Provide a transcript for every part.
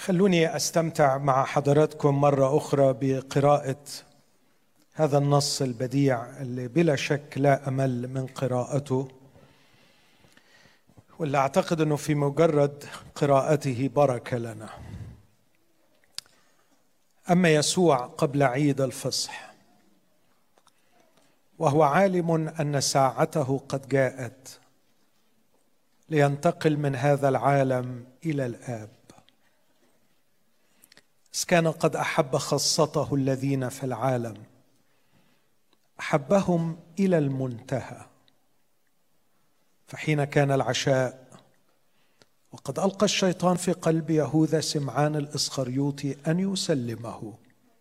خلوني أستمتع مع حضراتكم مرة أخرى بقراءة هذا النص البديع اللي بلا شك لا أمل من قراءته، واللي أعتقد أنه في مجرد قراءته بركة لنا. أما يسوع قبل عيد الفصح وهو عالم أن ساعته قد جاءت لينتقل من هذا العالم إلى الآب، إذ كان قد أحب خاصته الذين في العالم أحبهم إلى المنتهى. فحين كان العشاء وقد ألقى الشيطان في قلب يهوذا سمعان الإسخريوطي أن يسلمه،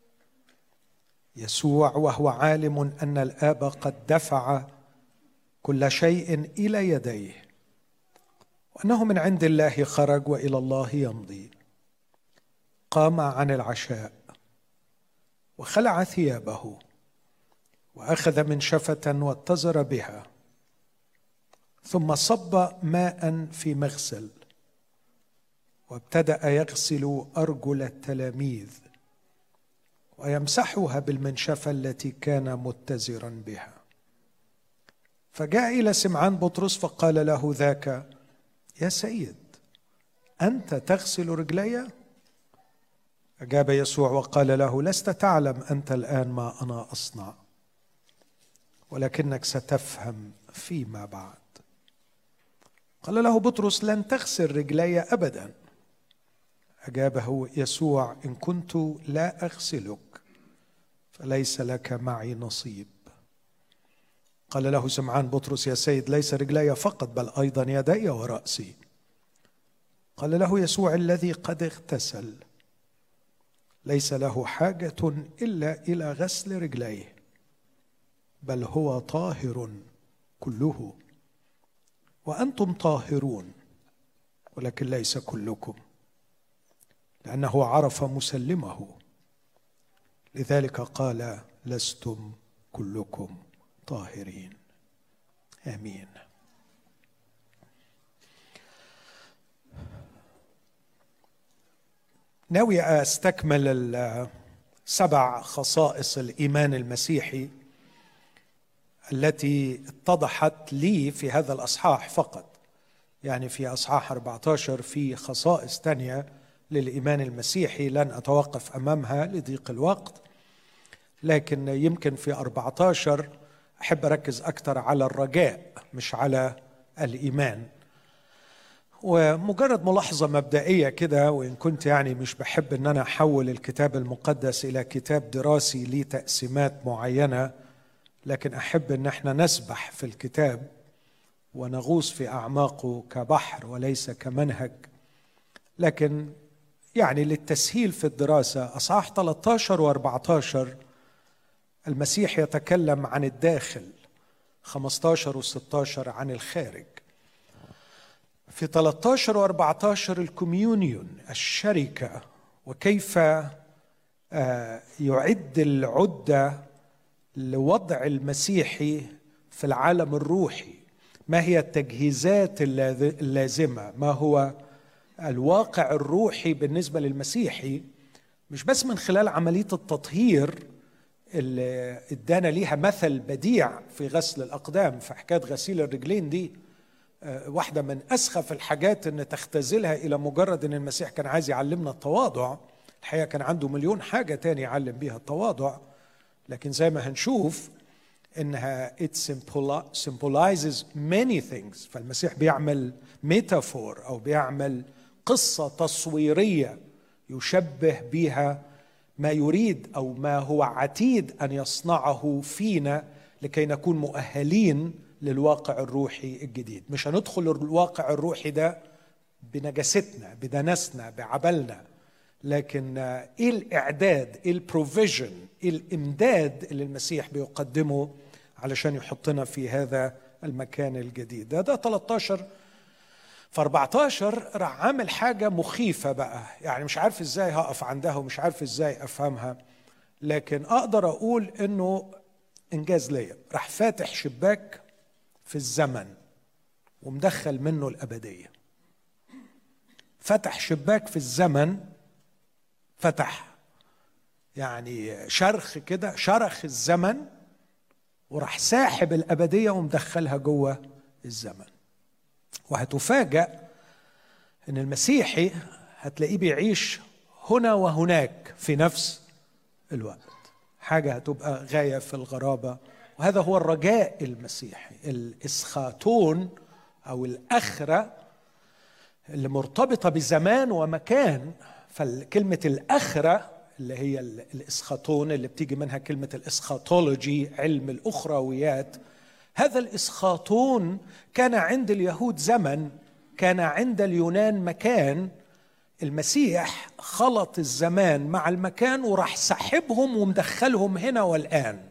يسوع وهو عالم أن الآب قد دفع كل شيء إلى يديه وأنه من عند الله خرج وإلى الله يمضي، قام عن العشاء وخلع ثيابه وأخذ منشفة واتزر بها، ثم صب ماء في مغسل وابتدأ يغسل أرجل التلاميذ ويمسحها بالمنشفة التي كان متزرا بها. فجاء إلى سمعان بطرس فقال له ذاك: يا سيد، أنت تغسل رجلي؟ أجاب يسوع وقال له: لست تعلم أنت الآن ما أنا أصنع، ولكنك ستفهم فيما بعد. قال له بطرس: لن تغسل رجلي أبدا. أجابه يسوع: إن كنت لا أغسلك فليس لك معي نصيب. قال له سمعان بطرس: يا سيد، ليس رجلي فقط بل أيضا يدي ورأسي. قال له يسوع: الذي قد اغتسل ليس له حاجة إلا إلى غسل رجليه، بل هو طاهر كله. وأنتم طاهرون ولكن ليس كلكم، لأنه عرف مسلمه، لذلك قال: لستم كلكم طاهرين. آمين. ناوي أستكمل 7 خصائص الإيمان المسيحي التي اتضحت لي في هذا الأصحاح فقط. يعني في أصحاح 14 في خصائص تانية للإيمان المسيحي لن أتوقف أمامها لضيق الوقت، لكن يمكن في 14 أحب أركز أكثر على الرجاء مش على الإيمان. ومجرد ملاحظة مبدئية كده، وإن كنت يعني مش بحب أن أنا أحول الكتاب المقدس إلى كتاب دراسي ليه تقسيمات معينة، لكن أحب أن احنا نسبح في الكتاب ونغوص في أعماقه كبحر وليس كمنهج. لكن يعني للتسهيل في الدراسة، أصحاح 13 و14 المسيح يتكلم عن الداخل، 15 و16 عن الخارج. في 13 و14 الكوميونيون، الشركة، وكيف يعد العدة لوضع المسيحي في العالم الروحي، ما هي التجهيزات اللازمة، ما هو الواقع الروحي بالنسبة للمسيحي، مش بس من خلال عملية التطهير اللي ادانا ليها مثل بديع في غسل الأقدام. في حكاية غسيل الرجلين دي واحدة من أسخف الحاجات أن تختزلها إلى مجرد أن المسيح كان عايز يعلمنا التواضع. الحقيقة كان عنده مليون حاجة تاني يعلم بيها التواضع، لكن زي ما هنشوف إنها it symbolizes many things. فالمسيح بيعمل ميتافور أو بيعمل قصة تصويرية يشبه بها ما يريد أو ما هو عتيد أن يصنعه فينا لكي نكون مؤهلين للواقع الروحي الجديد. مش هندخل الواقع الروحي ده بنجاستنا، بدنسنا، بعبلنا، لكن إيه الإعداد، إيه البروفيجن، إيه الإمداد اللي المسيح بيقدمه علشان يحطنا في هذا المكان الجديد. ده 13. في 14 راح عامل حاجة مخيفة بقى، يعني مش عارف إزاي هقف عندها ومش عارف إزاي أفهمها، لكن أقدر أقول إنه إنجاز ليا. راح فاتح شباك في الزمن ومدخل منه الأبدية. فتح شباك في الزمن فتح يعني شرخ كده، شرخ الزمن وراح ساحب الأبدية ومدخلها جوه الزمن. وهتفاجأ إن المسيحي هتلاقيه بيعيش هنا وهناك في نفس الوقت، حاجة هتبقى غاية في الغرابة. وهذا هو الرجاء المسيحي، الإسخاتون أو الأخرة اللي مرتبطة بزمان ومكان. فالكلمة الأخرة اللي هي الإسخاتون اللي بتيجي منها كلمة الإسخاتولوجي، علم الأخرويات، هذا الإسخاتون كان عند اليهود زمن، كان عند اليونان مكان. المسيح خلط الزمان مع المكان وراح سحبهم ومدخلهم هنا والآن،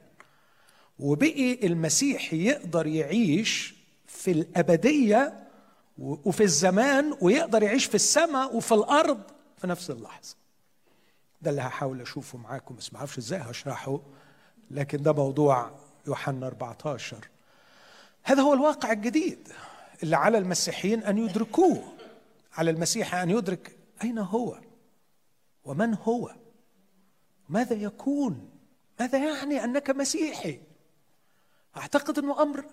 وبقي المسيح يقدر يعيش في الأبدية وفي الزمان، ويقدر يعيش في السماء وفي الأرض في نفس اللحظة. ده اللي هحاول أشوفه معاكم، بس ما أعرفش إزاي هشرحه، لكن ده موضوع يوحنا 14. هذا هو الواقع الجديد اللي على المسيحيين أن يدركوه، على المسيح أن يدرك أين هو ومن هو، ماذا يكون، ماذا يعني أنك مسيحي. أعتقد أنه أمر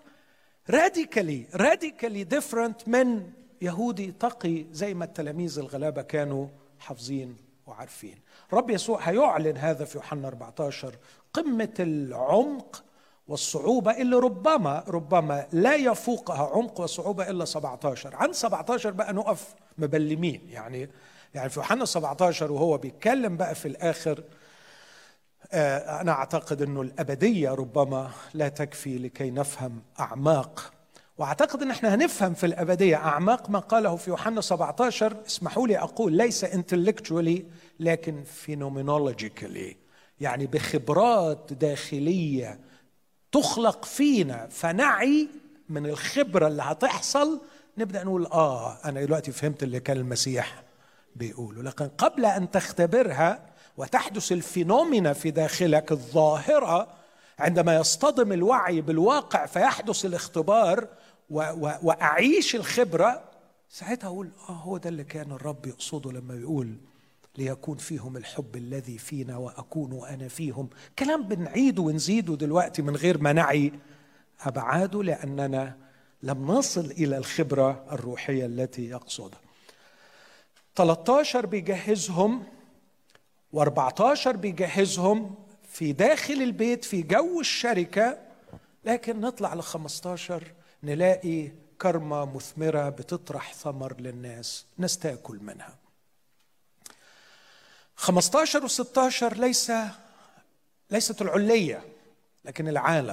راديكالي different من يهودي تقي زي ما التلاميذ الغلابة كانوا حافظين وعارفين. رب يسوع هيعلن هذا في يوحنا 14، قمة العمق والصعوبة اللي ربما لا يفوقها عمق وصعوبة إلا 17. عن 17 بقى نقف مبلمين، يعني في يوحنا 17 وهو بيتكلم بقى في الآخر، أنا أعتقد أنه الأبدية ربما لا تكفي لكي نفهم أعماق، وأعتقد أن احنا هنفهم في الأبدية أعماق ما قاله في يوحنا 17. اسمحوا لي أقول ليس intellectually لكن phenomenologically، يعني بخبرات داخلية تخلق فينا، فنعي من الخبرة اللي هتحصل نبدأ نقول أنا دلوقتي فهمت اللي كان المسيح بيقوله. لكن قبل أن تختبرها وتحدث الفينومينا في داخلك الظاهرة، عندما يصطدم الوعي بالواقع فيحدث الاختبار وأعيش الخبرة، ساعتها أقول هو ده اللي كان الرب يقصده لما يقول ليكون فيهم الحب الذي فينا وأكون وأنا فيهم. كلام بنعيده ونزيده دلوقتي من غير ما نعي أبعاده، لأننا لم نصل إلى الخبرة الروحية التي يقصدها. 13 بيجهزهم و14 بيجهزهم في داخل البيت في جو الشركة، لكن نطلع ل15 نلاقي كرمة مثمرة بتطرح ثمر للناس، ناس تأكل منها. 15 و16 ليست العلية لكن العالم،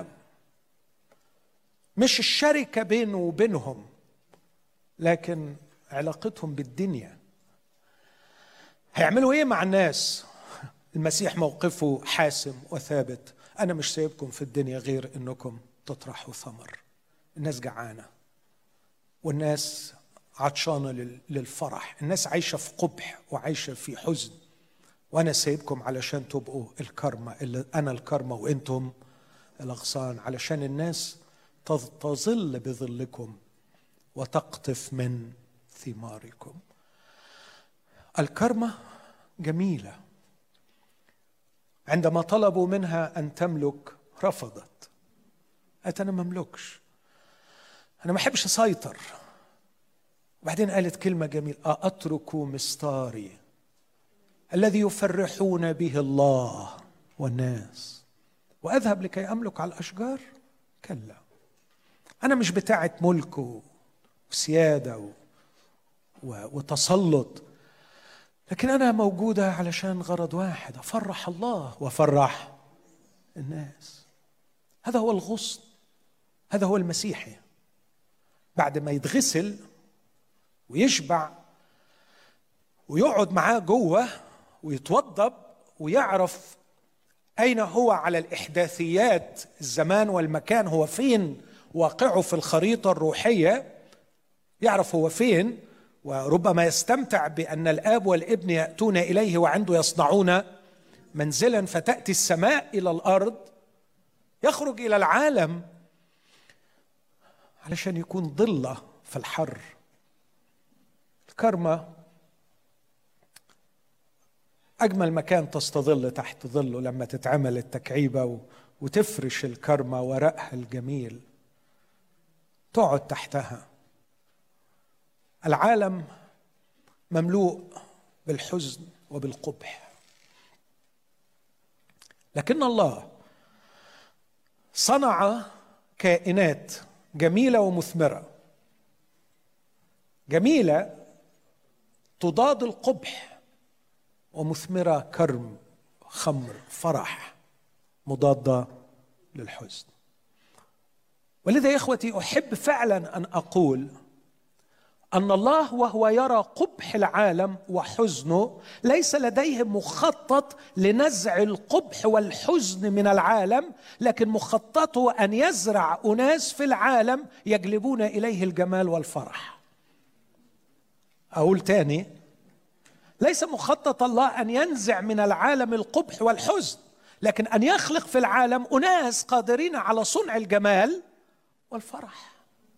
مش الشركة بينه وبينهم لكن علاقتهم بالدنيا. هيعملوا ايه مع الناس؟ المسيح موقفه حاسم وثابت، أنا مش سايبكم في الدنيا غير إنكم تطرحوا ثمر. الناس جعانة والناس عطشانة للفرح، الناس عايشة في قبح وعايشة في حزن، وأنا سايبكم علشان تبقوا الكرمة، اللي أنا الكرمة وإنتم الأغصان، علشان الناس تظل بظلكم وتقطف من ثماركم. الكرمة جميلة. عندما طلبوا منها أن تملك رفضت، قالت أنا ما أملكش، أنا ما أحبش أسيطر. وبعدين قالت كلمة جميلة، أترك مستاري الذي يفرحون به الله والناس وأذهب لكي أملك على الأشجار. كلا، أنا مش بتاعة ملك وسيادة وتسلط، لكن أنا موجودة علشان غرض واحد، أفرح الله وأفرح الناس. هذا هو الغصن، هذا هو المسيحي. بعد ما يتغسل ويشبع ويقعد معاه جوه ويتوضب ويعرف أين هو على الإحداثيات، الزمان والمكان، هو فين واقعه في الخريطة الروحية، يعرف هو فين، وربما يستمتع بأن الآب والابن يأتون إليه وعنده يصنعون منزلا فتأتي السماء إلى الأرض. يخرج إلى العالم علشان يكون ضلة في الحر. الكرمة أجمل مكان تستظل تحت ظله لما تتعمل التكعيبة وتفرش الكرمة ورقها الجميل، تقعد تحتها. العالم مملوء بالحزن وبالقبح، لكن الله صنع كائنات جميلة ومثمرة، جميلة تضاد القبح، ومثمرة كرم خمر فرح مضادة للحزن. ولذا يا إخوتي أحب فعلا أن أقول أن الله وهو يرى قبح العالم وحزنه ليس لديه مخطط لنزع القبح والحزن من العالم، لكن مخططه أن يزرع أناس في العالم يجلبون إليه الجمال والفرح. أقول تاني، ليس مخطط الله أن ينزع من العالم القبح والحزن، لكن أن يخلق في العالم أناس قادرين على صنع الجمال والفرح.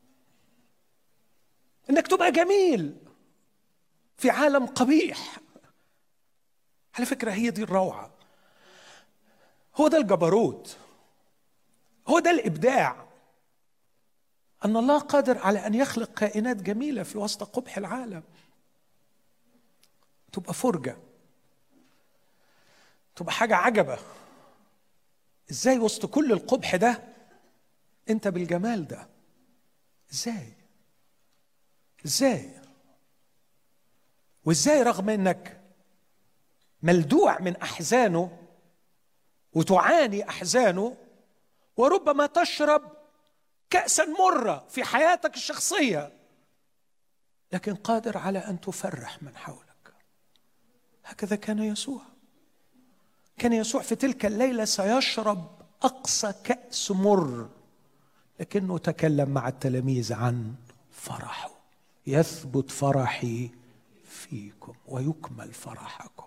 إنك تبقى جميل في عالم قبيح. على فكرة هي دي الروعة، هو ده الجبروت، هو ده الإبداع، أن الله قادر على أن يخلق كائنات جميلة في وسط قبح العالم. تبقى فرجة، تبقى حاجة عجبة. إزاي وسط كل القبح ده أنت بالجمال ده؟ إزاي وإزاي رغم أنك ملدوع من أحزانه وتعاني أحزانه، وربما تشرب كأسا مرة في حياتك الشخصية، لكن قادر على أن تفرح من حولك. هكذا كان يسوع. كان يسوع في تلك الليلة سيشرب أقصى كأس مر، لكنه تكلم مع التلاميذ عن فرحه. يثبت فرحي فيكم ويكمل فرحكم.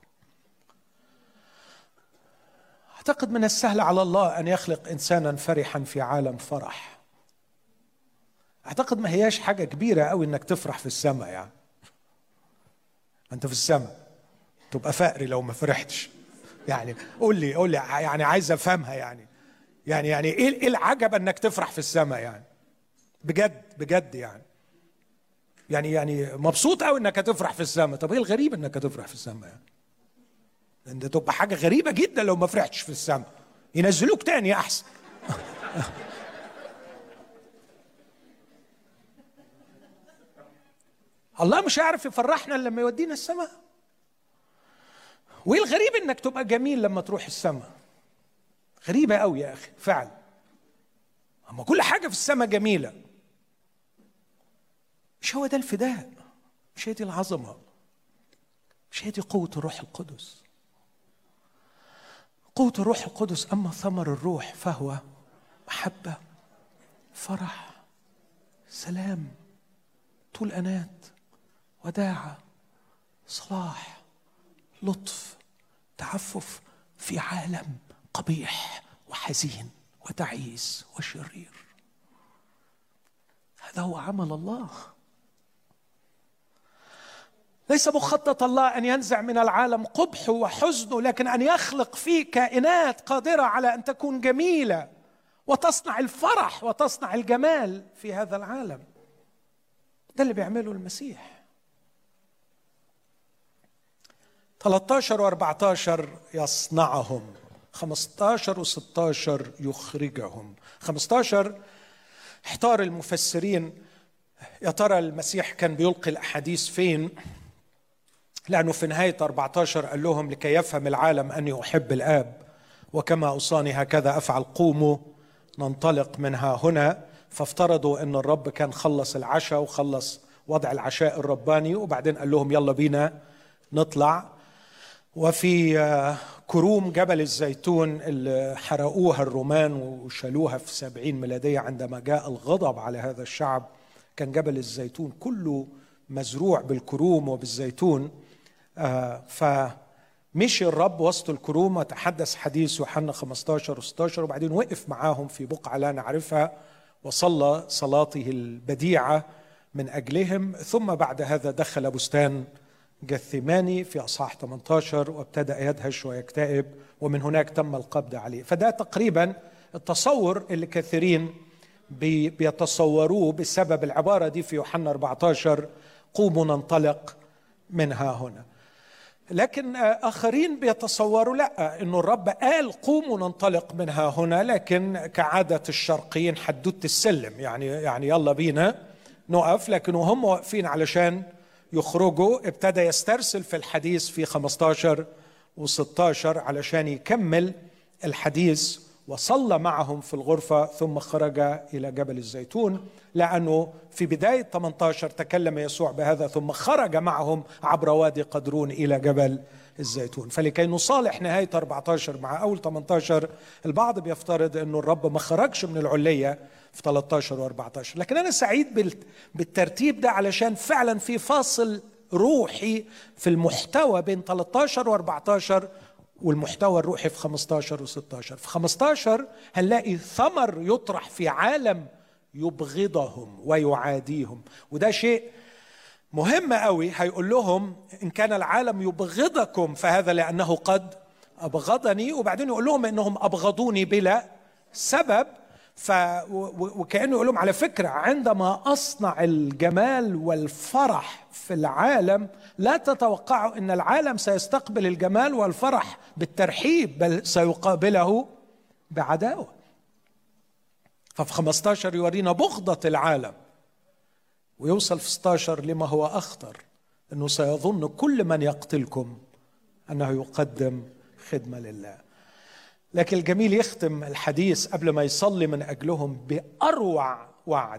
أعتقد من السهل على الله أن يخلق إنسانا فرحا في عالم فرح. أعتقد ما هياش حاجة كبيرة أوي إنك تفرح في السماء. يعني أنت في السماء تبقى فقري لو ما فرحتش. يعني قول لي يعني عايز أفهمها. يعني إيه العجب أنك تفرح في السماء؟ يعني بجد يعني مبسوط أوي إنك هتفرح في السماء. طب إيه الغريب إنك هتفرح في السماء؟ يعني أنت تبقى حاجة غريبة جدا لو ما فرحتش في السماء. ينزلوك تاني أحسن. الله مش هيعرف يفرحنا لما يودينا السماء. وايه الغريب انك تبقى جميل لما تروح السماء؟ غريبة قوي يا اخي فعلا. اما كل حاجة في السماء جميلة. مش هو ده الفداء؟ مش هي دي العظمة؟ مش هي دي قوة الروح القدس؟ قوة الروح القدس. اما ثمر الروح فهو محبة، فرح، سلام، طول أنات، وداعة، صلاح، لطف، تعفف، في عالم قبيح وحزين وتعيس وشرير. هذا هو عمل الله. ليس مخطط الله أن ينزع من العالم قبحه وحزنه، لكن أن يخلق فيه كائنات قادرة على أن تكون جميلة وتصنع الفرح وتصنع الجمال في هذا العالم. ده اللي بيعمله المسيح. 13 و14 يصنعهم، 15 و16 يخرجهم. 15 احتار المفسرين يا ترى المسيح كان بيلقي الأحاديث فين، لأنه في نهاية 14 قال لهم لكي يفهم العالم أني أحب الآب وكما أوصاني هكذا أفعل، قوموا ننطلق منها هنا. فافترضوا أن الرب كان خلص العشاء وخلص وضع العشاء الرباني، وبعدين قال لهم يلا بينا نطلع. وفي كروم جبل الزيتون اللي حرقوها الرومان وشالوها في 70 ميلادية عندما جاء الغضب على هذا الشعب، كان جبل الزيتون كله مزروع بالكروم وبالزيتون. فمشي الرب وسط الكروم وتحدث حديث يوحنا 15 و16، وبعدين وقف معاهم في بقعة لا نعرفها وصلى صلاته البديعة من أجلهم. ثم بعد هذا دخل بستان جثماني في أصحاح 18 وابتدأ يدهش ويكتئب، ومن هناك تم القبض عليه. فده تقريبا التصور اللي كثيرين بيتصوروه بسبب العبارة دي في يوحنا 14: قوموا ننطلق منها هنا. لكن آخرين بيتصوروا لا، إنه الرب قال قوموا ننطلق منها هنا، لكن كعادة الشرقيين حدوت السلم، يعني يلا بينا نقف. لكن وهم واقفين علشان يخرجوا ابتدى يسترسل في الحديث في 15 و16 علشان يكمل الحديث، وصلى معهم في الغرفة ثم خرج إلى جبل الزيتون، لأنه في بداية 18 تكلم يسوع بهذا: ثم خرج معهم عبر وادي قدرون إلى جبل الزيتون. فلكي نصالح نهاية 14 مع أول 18، البعض بيفترض أنه الرب ما خرجش من العلية في 13 و14، لكن أنا سعيد بالترتيب ده علشان فعلا في فاصل روحي في المحتوى بين 13 و14 والمحتوى الروحي في 15 و16. في 15 هنلاقي ثمر يطرح في عالم يبغضهم ويعاديهم، وده شيء مهم قوي. هيقول لهم: إن كان العالم يبغضكم فهذا لأنه قد أبغضني، وبعدين يقول لهم إنهم أبغضوني بلا سبب. وكأنه يقول لهم: على فكرة، عندما أصنع الجمال والفرح في العالم لا تتوقعوا أن العالم سيستقبل الجمال والفرح بالترحيب، بل سيقابله بعداوة. ففي 15 يورينا بغضة العالم، ويوصل في 16 لما هو أخطر: أنه سيظن كل من يقتلكم أنه يقدم خدمة لله. لكن الجميل يختم الحديث قبل ما يصلي من أجلهم بأروع وعد: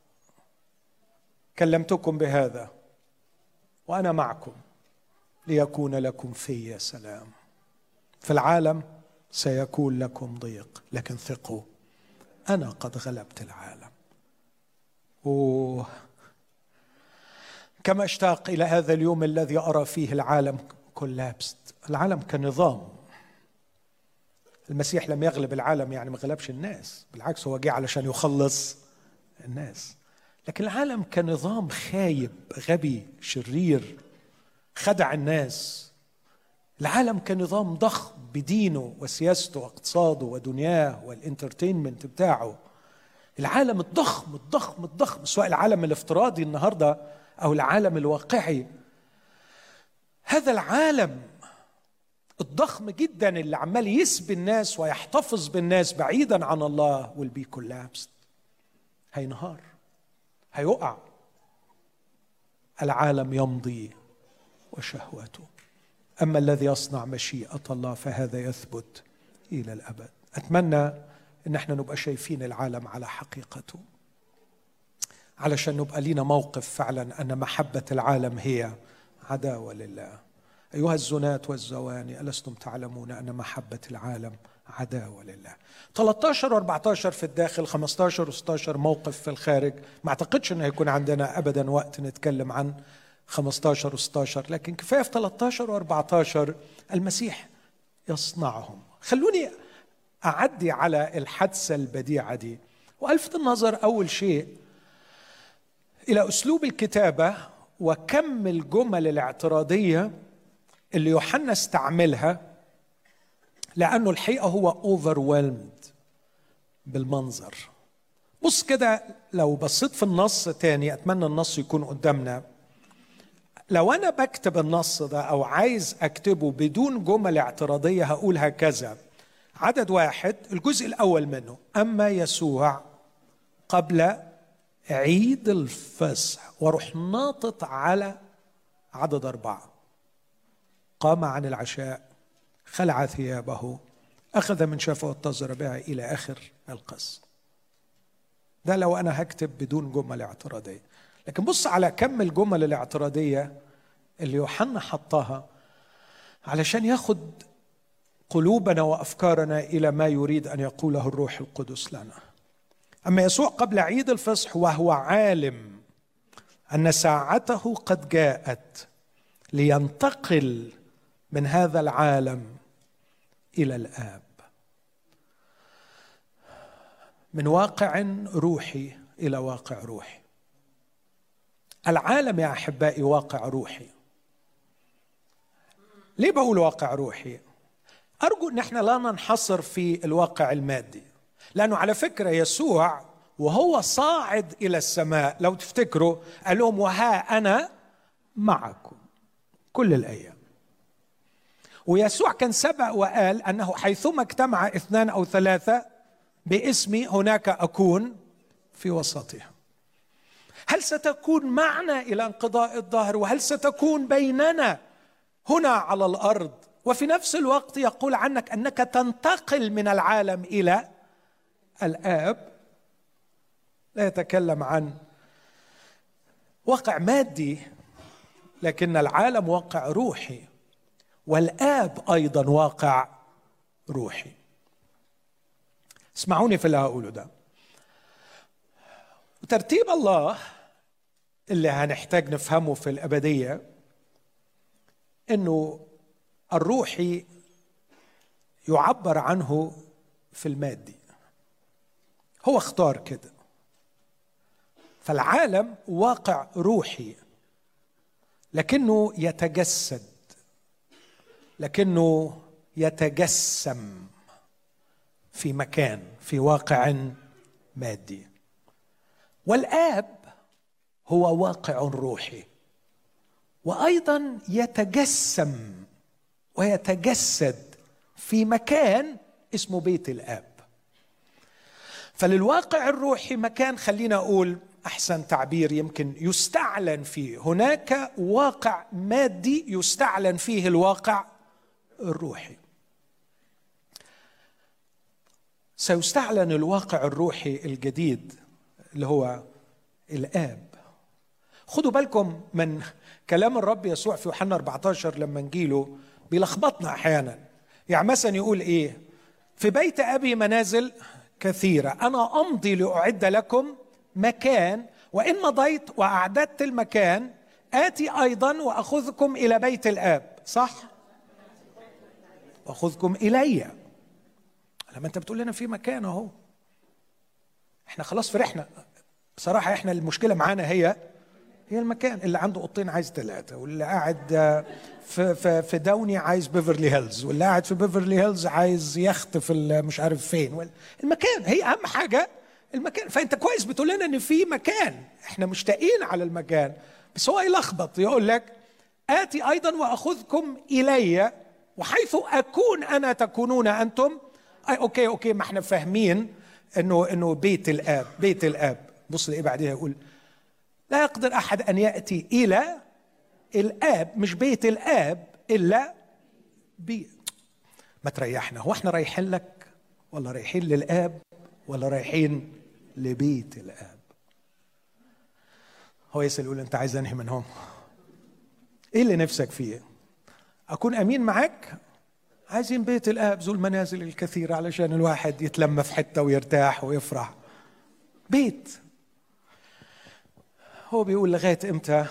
كلمتكم بهذا وأنا معكم ليكون لكم في سلام. في العالم سيكون لكم ضيق، لكن ثقوا، أنا قد غلبت العالم. كما اشتاق إلى هذا اليوم الذي أرى فيه العالم كولابست. العالم كنظام، المسيح لم يغلب العالم، يعني ما غلبش الناس، بالعكس هو جاء علشان يخلص الناس. لكن العالم كنظام خايب غبي شرير خدع الناس. العالم كنظام ضخم بدينه وسياسته واقتصاده ودنياه والانترتينمنت بتاعه. العالم الضخم الضخم الضخم، سواء العالم الافتراضي النهاردة أو العالم الواقعي. هذا العالم الضخم جدا اللي عمال يسبي الناس ويحتفظ بالناس بعيدا عن الله will be collapsed. هينهار، هيقع. العالم يمضي وشهوته، أما الذي يصنع مشيئة الله فهذا يثبت إلى الأبد. أتمنى إن احنا نبقى شايفين العالم على حقيقته، علشان نبقى لينا موقف فعلا أن محبة العالم هي عداوة لله. أيها الزنات والزواني، ألستم تعلمون أن محبة العالم عداوة لله؟ 13 و14 في الداخل، 15 و16 موقف في الخارج. ما أعتقدش أنه يكون عندنا أبدا وقت نتكلم عن 15 و16، لكن كفاية في 13 و14 المسيح يصنعهم. خلوني أعدي على الحادثة البديعة دي وألفت النظر أول شيء إلى أسلوب الكتابة وكم الجمل الاعتراضية اللي يوحنا استعملها، لأنه الحقيقة هو overwhelmed بالمنظر. بص كده، لو بصيت في النص تاني، أتمنى النص يكون قدامنا. لو أنا بكتب النص ده أو عايز أكتبه بدون جمل اعتراضية هقول هكذا: عدد 1 الجزء الأول منه: أما يسوع قبل عيد الفصح، واروح ناطط على عدد 4: قام عن العشاء، خلع ثيابه، أخذ من شفه واتزر بها، إلى آخر القصة. ده لو أنا هكتب بدون جمل اعتراضية. لكن بص على كم الجمل الاعتراضية اللي يوحنا حطها علشان ياخد قلوبنا وأفكارنا إلى ما يريد أن يقوله الروح القدس لنا. أما يسوع قبل عيد الفصح وهو عالم أن ساعته قد جاءت لينتقل من هذا العالم إلى الآب، من واقع روحي إلى واقع روحي. العالم يا أحبائي واقع روحي، ليه بقول واقع روحي؟ أرجو أن احنا لا ننحصر في الواقع المادي، لأنه على فكرة يسوع وهو صاعد إلى السماء لو تفتكروا قال لهم وها أنا معكم كل الأيام. ويسوع كان سبق وقال أنه حيثما اجتمع 2 أو 3 باسمي هناك أكون في وسطهم. هل ستكون معنا إلى انقضاء الدهر؟ وهل ستكون بيننا هنا على الأرض؟ وفي نفس الوقت يقول عنك أنك تنتقل من العالم إلى الآب. لا يتكلم عن واقع مادي، لكن العالم واقع روحي، والآب أيضا واقع روحي. اسمعوني في اللي هقوله ده. وترتيب الله اللي هنحتاج نفهمه في الأبدية إنه الروحي يعبر عنه في المادي. هو اختار كده. فالعالم واقع روحي لكنه يتجسد، لكنه يتجسم في مكان، في واقع مادي. والآب هو واقع روحي وأيضا يتجسم ويتجسد في مكان اسمه بيت الآب. فللواقع الروحي مكان، خلينا أقول أحسن تعبير يمكن يستعلن فيه. هناك واقع مادي يستعلن فيه الواقع الروحي. سيستعلن الواقع الروحي الجديد اللي هو الآب. خدوا بالكم من كلام الرب يسوع في يوحنا 14 لما نجيله بيلخبطنا أحيانا. يعني مثلا يقول إيه؟ في بيت أبي منازل كثيرة، أنا أمضي لأعد لكم مكان، وإن مضيت وأعددت المكان آتي أيضا وأخذكم إلى بيت الآب. صح؟ وأخذكم إلي. لما أنت بتقول لنا في مكان أهو، إحنا خلاص فرحنا بصراحة. إحنا المشكلة معانا هي المكان. اللي عنده أوضتين عايز 3، واللي قاعد في داوني عايز بيفرلي هيلز، واللي قاعد في بيفرلي هيلز عايز يخت في مش عارف فين. المكان هي أهم حاجة، المكان. فأنت كويس بتقول لنا إن في مكان، إحنا مشتاقين على المكان، بس هو يلخبط يقول لك آتي أيضا وأخذكم إلي وحيث أكون أنا تكونون أنتم. أوكي ما إحنا فاهمين إنه بيت الآب. بيت الآب. بص لإيه بعدها يقول لا يقدر أحد أن يأتي إلى الآب، مش بيت الآب، إلا بي. ما تريحنا. هو احنا رايحين لك ولا رايحين للآب ولا رايحين لبيت الآب؟ هو يسأل يقول أنت عايز أنهي منهم؟ إيه اللي نفسك فيه؟ أكون أمين معك؟ عايزين بيت الآب ذو المنازل الكثيرة علشان الواحد يتلم في حتة ويرتاح ويفرح. بيت. هو بيقول لغاية إمتى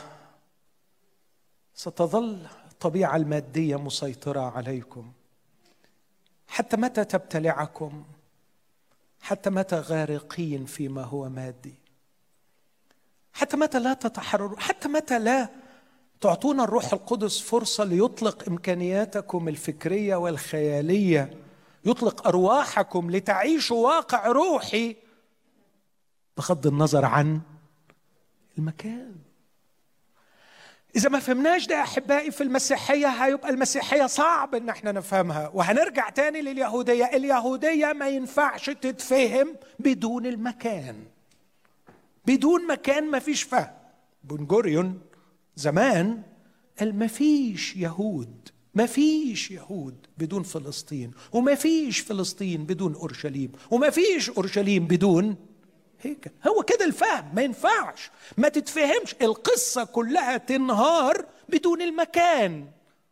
ستظل الطبيعة المادية مسيطرة عليكم؟ حتى متى تبتلعكم؟ حتى متى غارقين فيما هو مادي؟ حتى متى لا تتحرروا؟ حتى متى لا تعطون الروح القدس فرصة ليطلق إمكانياتكم الفكرية والخيالية، يطلق أرواحكم لتعيشوا واقع روحي بغض النظر عن المكان؟ إذا ما فهمناش ده أحبائي في المسيحية، هيبقى المسيحية صعب إن احنا نفهمها، وهنرجع تاني لليهودية. اليهودية ما ينفعش تتفهم بدون المكان. بدون مكان ما فيش فهم. بن غوريون زمان قال ما فيش يهود، ما فيش يهود بدون فلسطين، وما فيش فلسطين بدون أورشليم، وما فيش أورشليم بدون هيك. هو كده الفهم. ما ينفعش، ما تتفهمش القصة كلها تنهار بدون المكان.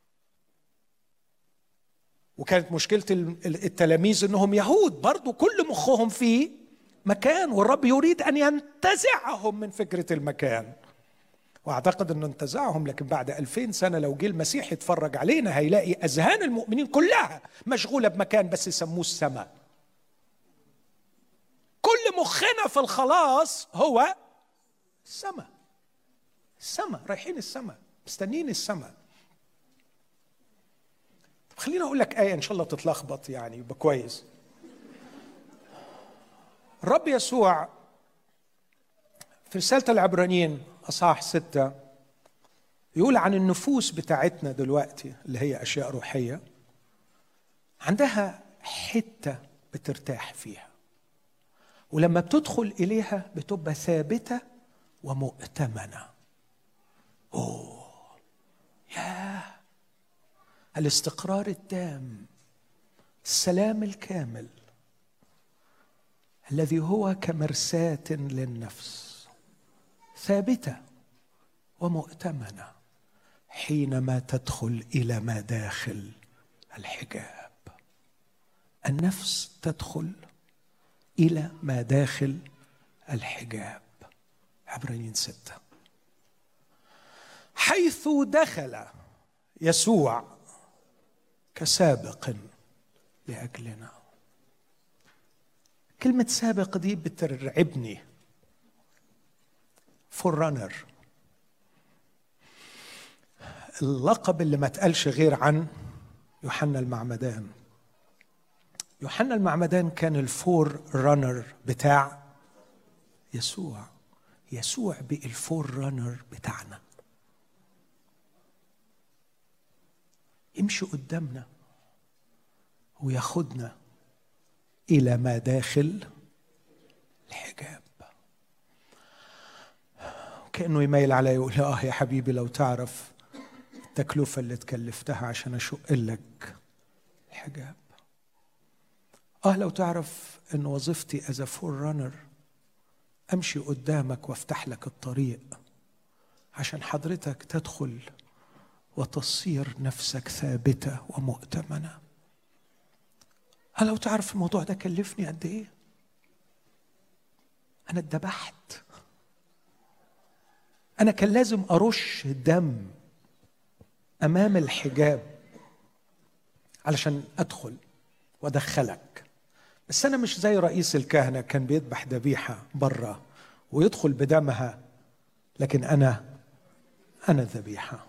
وكانت مشكلة التلاميذ انهم يهود برضو كل مخهم في مكان، والرب يريد ان ينتزعهم من فكرة المكان. واعتقد انه انتزعهم، لكن بعد 2000 سنة لو جه المسيح يتفرج علينا هيلاقي اذهان المؤمنين كلها مشغولة بمكان بس يسموه السماء. كل مخنا في الخلاص هو السماء. السماء، رايحين السماء، مستنين السماء. خليني أقول لك آية إن شاء الله تتلخبط يعني يبقى كويس. الرب يسوع في رسالة العبرانيين أصحاح 6 يقول عن النفوس بتاعتنا دلوقتي اللي هي أشياء روحية عندها حتة بترتاح فيها، ولما بتدخل إليها بتبقى ثابتة ومؤتمنة. ياه، الاستقرار التام، السلام الكامل الذي هو كمرساة للنفس، ثابتة ومؤتمنة حينما تدخل إلى مداخل الحجاب. النفس تدخل إلى مداخل الحجاب. عبرانيين 6 حيث دخل يسوع كسابق لأجلنا. كلمة سابق دي بترعبني. فوررانر، اللقب اللي ما تقالش غير عن يوحنا المعمدان. يوحنا المعمدان كان الفور رانر بتاع يسوع. يسوع بقى الفور رانر بتاعنا، يمشي قدامنا وياخدنا إلى مداخل الحجاب. كأنه يميل علي يقول يا حبيبي لو تعرف التكلفة اللي تكلفتها عشان أشق لك الحجاب. لو تعرف أن وظيفتي as a forerunner أمشي قدامك وافتح لك الطريق عشان حضرتك تدخل وتصير نفسك ثابتة ومؤتمنة. لو تعرف الموضوع ده كلفني قد إيه. أنا اتذبحت، أنا كان لازم أرش دم أمام الحجاب علشان أدخل وأدخلك. بس أنا مش زي رئيس الكهنة كان بيذبح ذبيحة برا ويدخل بدمها، لكن أنا ذبيحة.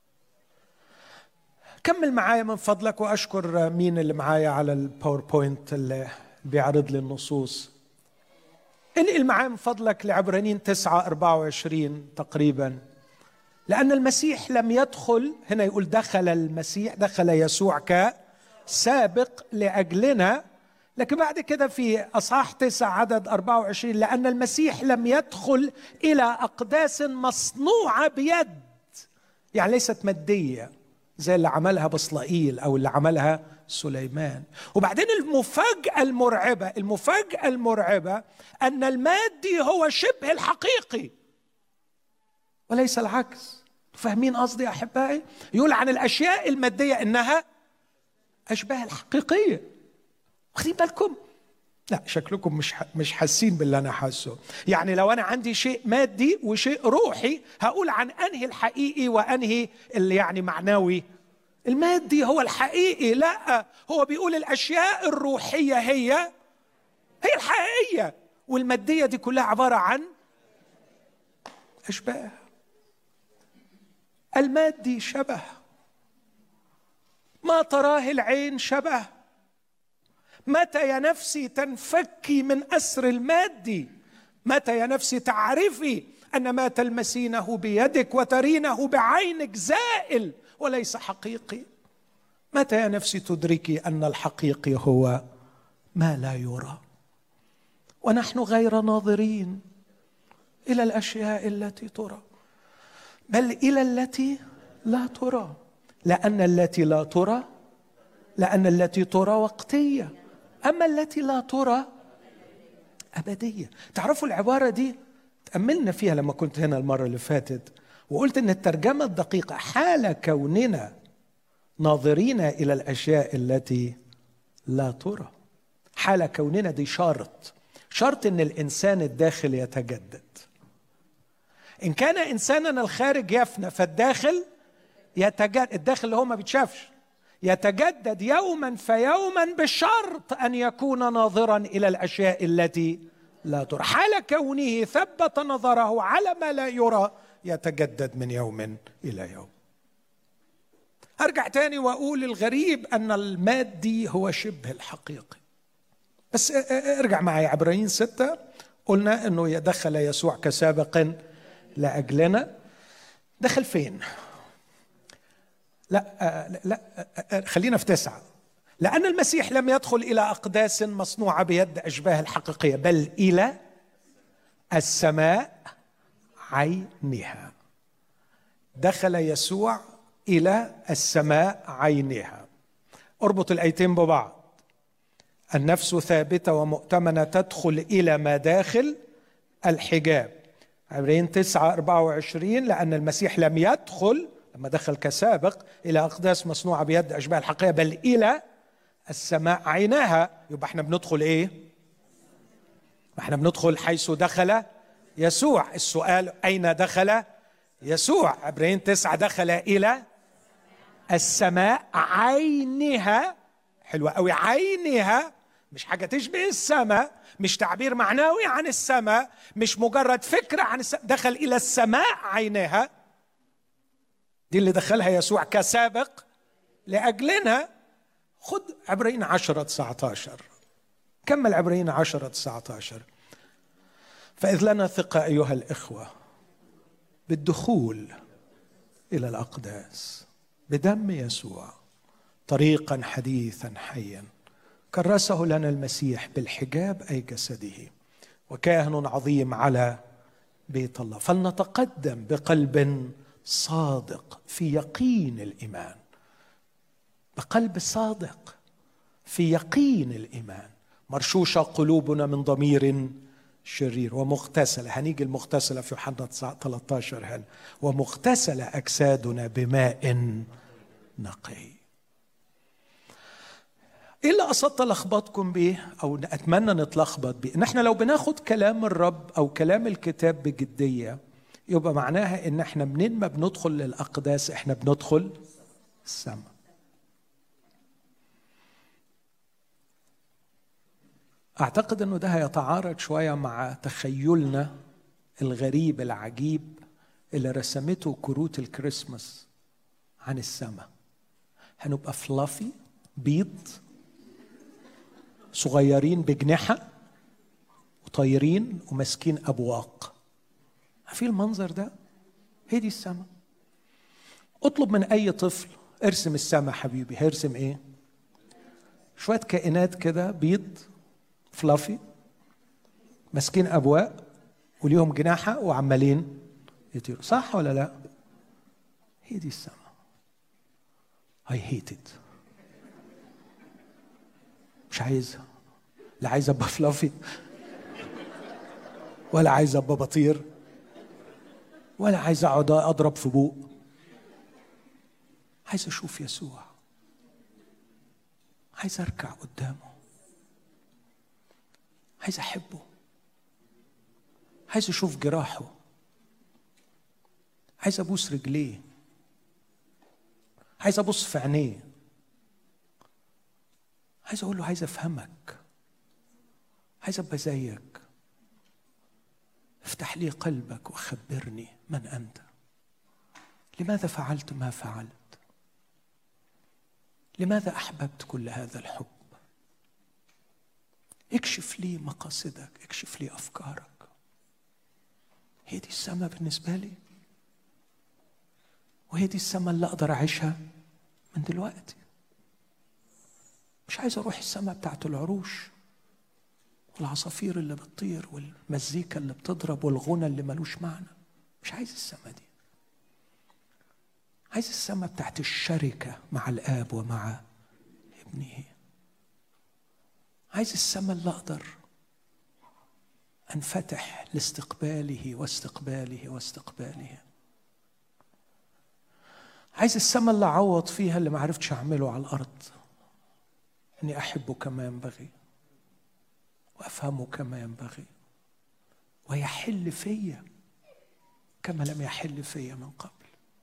كمل معايا من فضلك، وأشكر مين اللي معايا على الباوربوينت اللي بيعرض لي النصوص. انقل معايا من فضلك لعبرانيين 9:24 تقريبا. لأن المسيح لم يدخل، هنا يقول دخل المسيح، دخل يسوع كسابق لأجلنا، لكن بعد كده في أصحاح 9 عدد 24 لأن المسيح لم يدخل إلى أقداس مصنوعة بيد، يعني ليست مادية زي اللي عملها بصلائيل أو اللي عملها سليمان. وبعدين المفاجأة المرعبة أن المادي هو شبه الحقيقي وليس العكس. فاهمين قصدي يا أحبائي؟ يقول عن الأشياء المادية إنها أشبه الحقيقية. واخدين بالكم؟ لا شكلكم مش حاسين باللي أنا حاسه. يعني لو أنا عندي شيء مادي وشيء روحي هقول عن أنهي الحقيقي وأنهي اللي يعني معنوي. المادي هو الحقيقي، لا، هو بيقول الأشياء الروحية هي الحقيقية، والمادية دي كلها عبارة عن أشباه. المادي شبه، ما تراه العين شبه. متى يا نفسي تنفكي من أسر المادي؟ متى يا نفسي تعرفي أن ما تلمسينه بيدك وترينه بعينك زائل وليس حقيقي؟ متى يا نفسي تدركي أن الحقيقي هو ما لا يرى؟ ونحن غير ناظرين إلى الأشياء التي ترى، بل إلى التي لا ترى، لأن التي ترى وقتية، أما التي لا ترى أبدية. تعرفوا العبارة دي تأملنا فيها لما كنت هنا المرة اللي فاتت، وقلت إن الترجمة الدقيقة حال كوننا ناظرين إلى الأشياء التي لا ترى. حال كوننا دي شرط إن الإنسان الداخل يتجدد. إن كان إنساننا الخارج يفنى فالداخل يتجدد. الداخل اللي هو ما بيتشافش يتجدد يوما فيوما، بشرط أن يكون ناظرا إلى الأشياء التي لا ترى. حال كونه ثبت نظره على ما لا يرى يتجدد من يوم إلى يوم. أرجع تاني وأقول الغريب أن المادي هو شبه الحقيقي. بس ارجع معي عبرانيين 6، قلنا أنه يدخل يسوع كسابق لأجلنا. دخل فين؟ لا خلينا في 9. لأن المسيح لم يدخل إلى أقداس مصنوعة بيد أشباه الحقيقية، بل إلى السماء عينها. دخل يسوع إلى السماء عينها. اربط الآيتين ببعض. النفس ثابتة ومؤتمنة تدخل إلى مداخل الحجاب. عبرين 9:24 لأن المسيح لم يدخل لما دخل كسابق إلى أقداس مصنوعة بيد أشباه الحقيقة، بل إلى السماء عينها. يبقى احنا بندخل إيه؟ احنا بندخل حيث دخل يسوع. السؤال أين دخل يسوع؟ عبرين 9 دخل إلى السماء عينها. حلوة قوي، عينها، مش حاجة تشبه السماء، مش تعبير معنوي عن السماء، مش مجرد فكرة عن السماء. دخل إلى السماء عينها، دي اللي دخلها يسوع كسابق لأجلنا. خد عبرين 10:19، كمل عبرين 10:19. فإذ لنا ثقة أيها الإخوة بالدخول إلى الأقداس بدم يسوع، طريقا حديثا حيا كرسه لنا المسيح بالحجاب أي جسده، وكاهن عظيم على بيت الله. فلنتقدم بقلب صادق في يقين الإيمان، بقلب صادق في يقين الإيمان، مرشوشة قلوبنا من ضمير شرير، ومغتسلة، هنيجي المغتسلة في يوحنا 13 هنا، ومغتسلة أجسادنا بماء نقي. إيه اللي قصدت ألخبطكم بيه أو أتمنى نتلخبط بيه؟ إن احنا لو بناخد كلام الرب أو كلام الكتاب بجدية، يبقى معناها إن احنا منين ما بندخل للأقداس احنا بندخل السماء. أعتقد أنه ده هيتعارض شوية مع تخيلنا الغريب العجيب اللي رسمته كروت الكريسماس عن السماء. هنبقى فلافي، بيض، صغيرين بجنحة وطايرين وماسكين أبواق. في المنظر ده؟ هي دي السماء. اطلب من أي طفل ارسم السماء حبيبي، هيرسم إيه؟ شوية كائنات كده بيض فلافي ماسكين أبواق وليهم جناحة وعمالين يطيروا، صح ولا لا؟ هي دي السماء. I hate it. مش عايزها، لا عايز ابقى فلافي ولا عايز ابقى بطير ولا عايز اقعد اضرب في بوق. عايز اشوف يسوع، عايز اركع قدامه، عايز احبه، عايز اشوف جراحه، عايز ابوس رجليه، عايز ابص في عينيه، عايز اقول له عايز افهمك، عايز ابقى زيك، افتح لي قلبك وخبرني من انت، لماذا فعلت ما فعلت، لماذا احببت كل هذا الحب، اكشف لي مقاصدك، اكشف لي افكارك. هي دي السماء بالنسبه لي، وهي دي السماء اللي اقدر اعيشها من دلوقتي. مش عايز اروح السماء بتاعت العروش والعصافير اللي بتطير والمزيكا اللي بتضرب والغنى اللي ملوش معنى. مش عايز السماء دي. عايز السماء بتاعت الشركة مع الآب ومع ابنه. عايز السماء اللي أقدر أنفتح لاستقباله واستقباله واستقباله. عايز السماء اللي أعوض فيها اللي ما عرفتش أعمله على الأرض، أني أحبه كما ينبغي وأفهمه كما ينبغي ويحل فيا كما لم يحل فيا من قبل.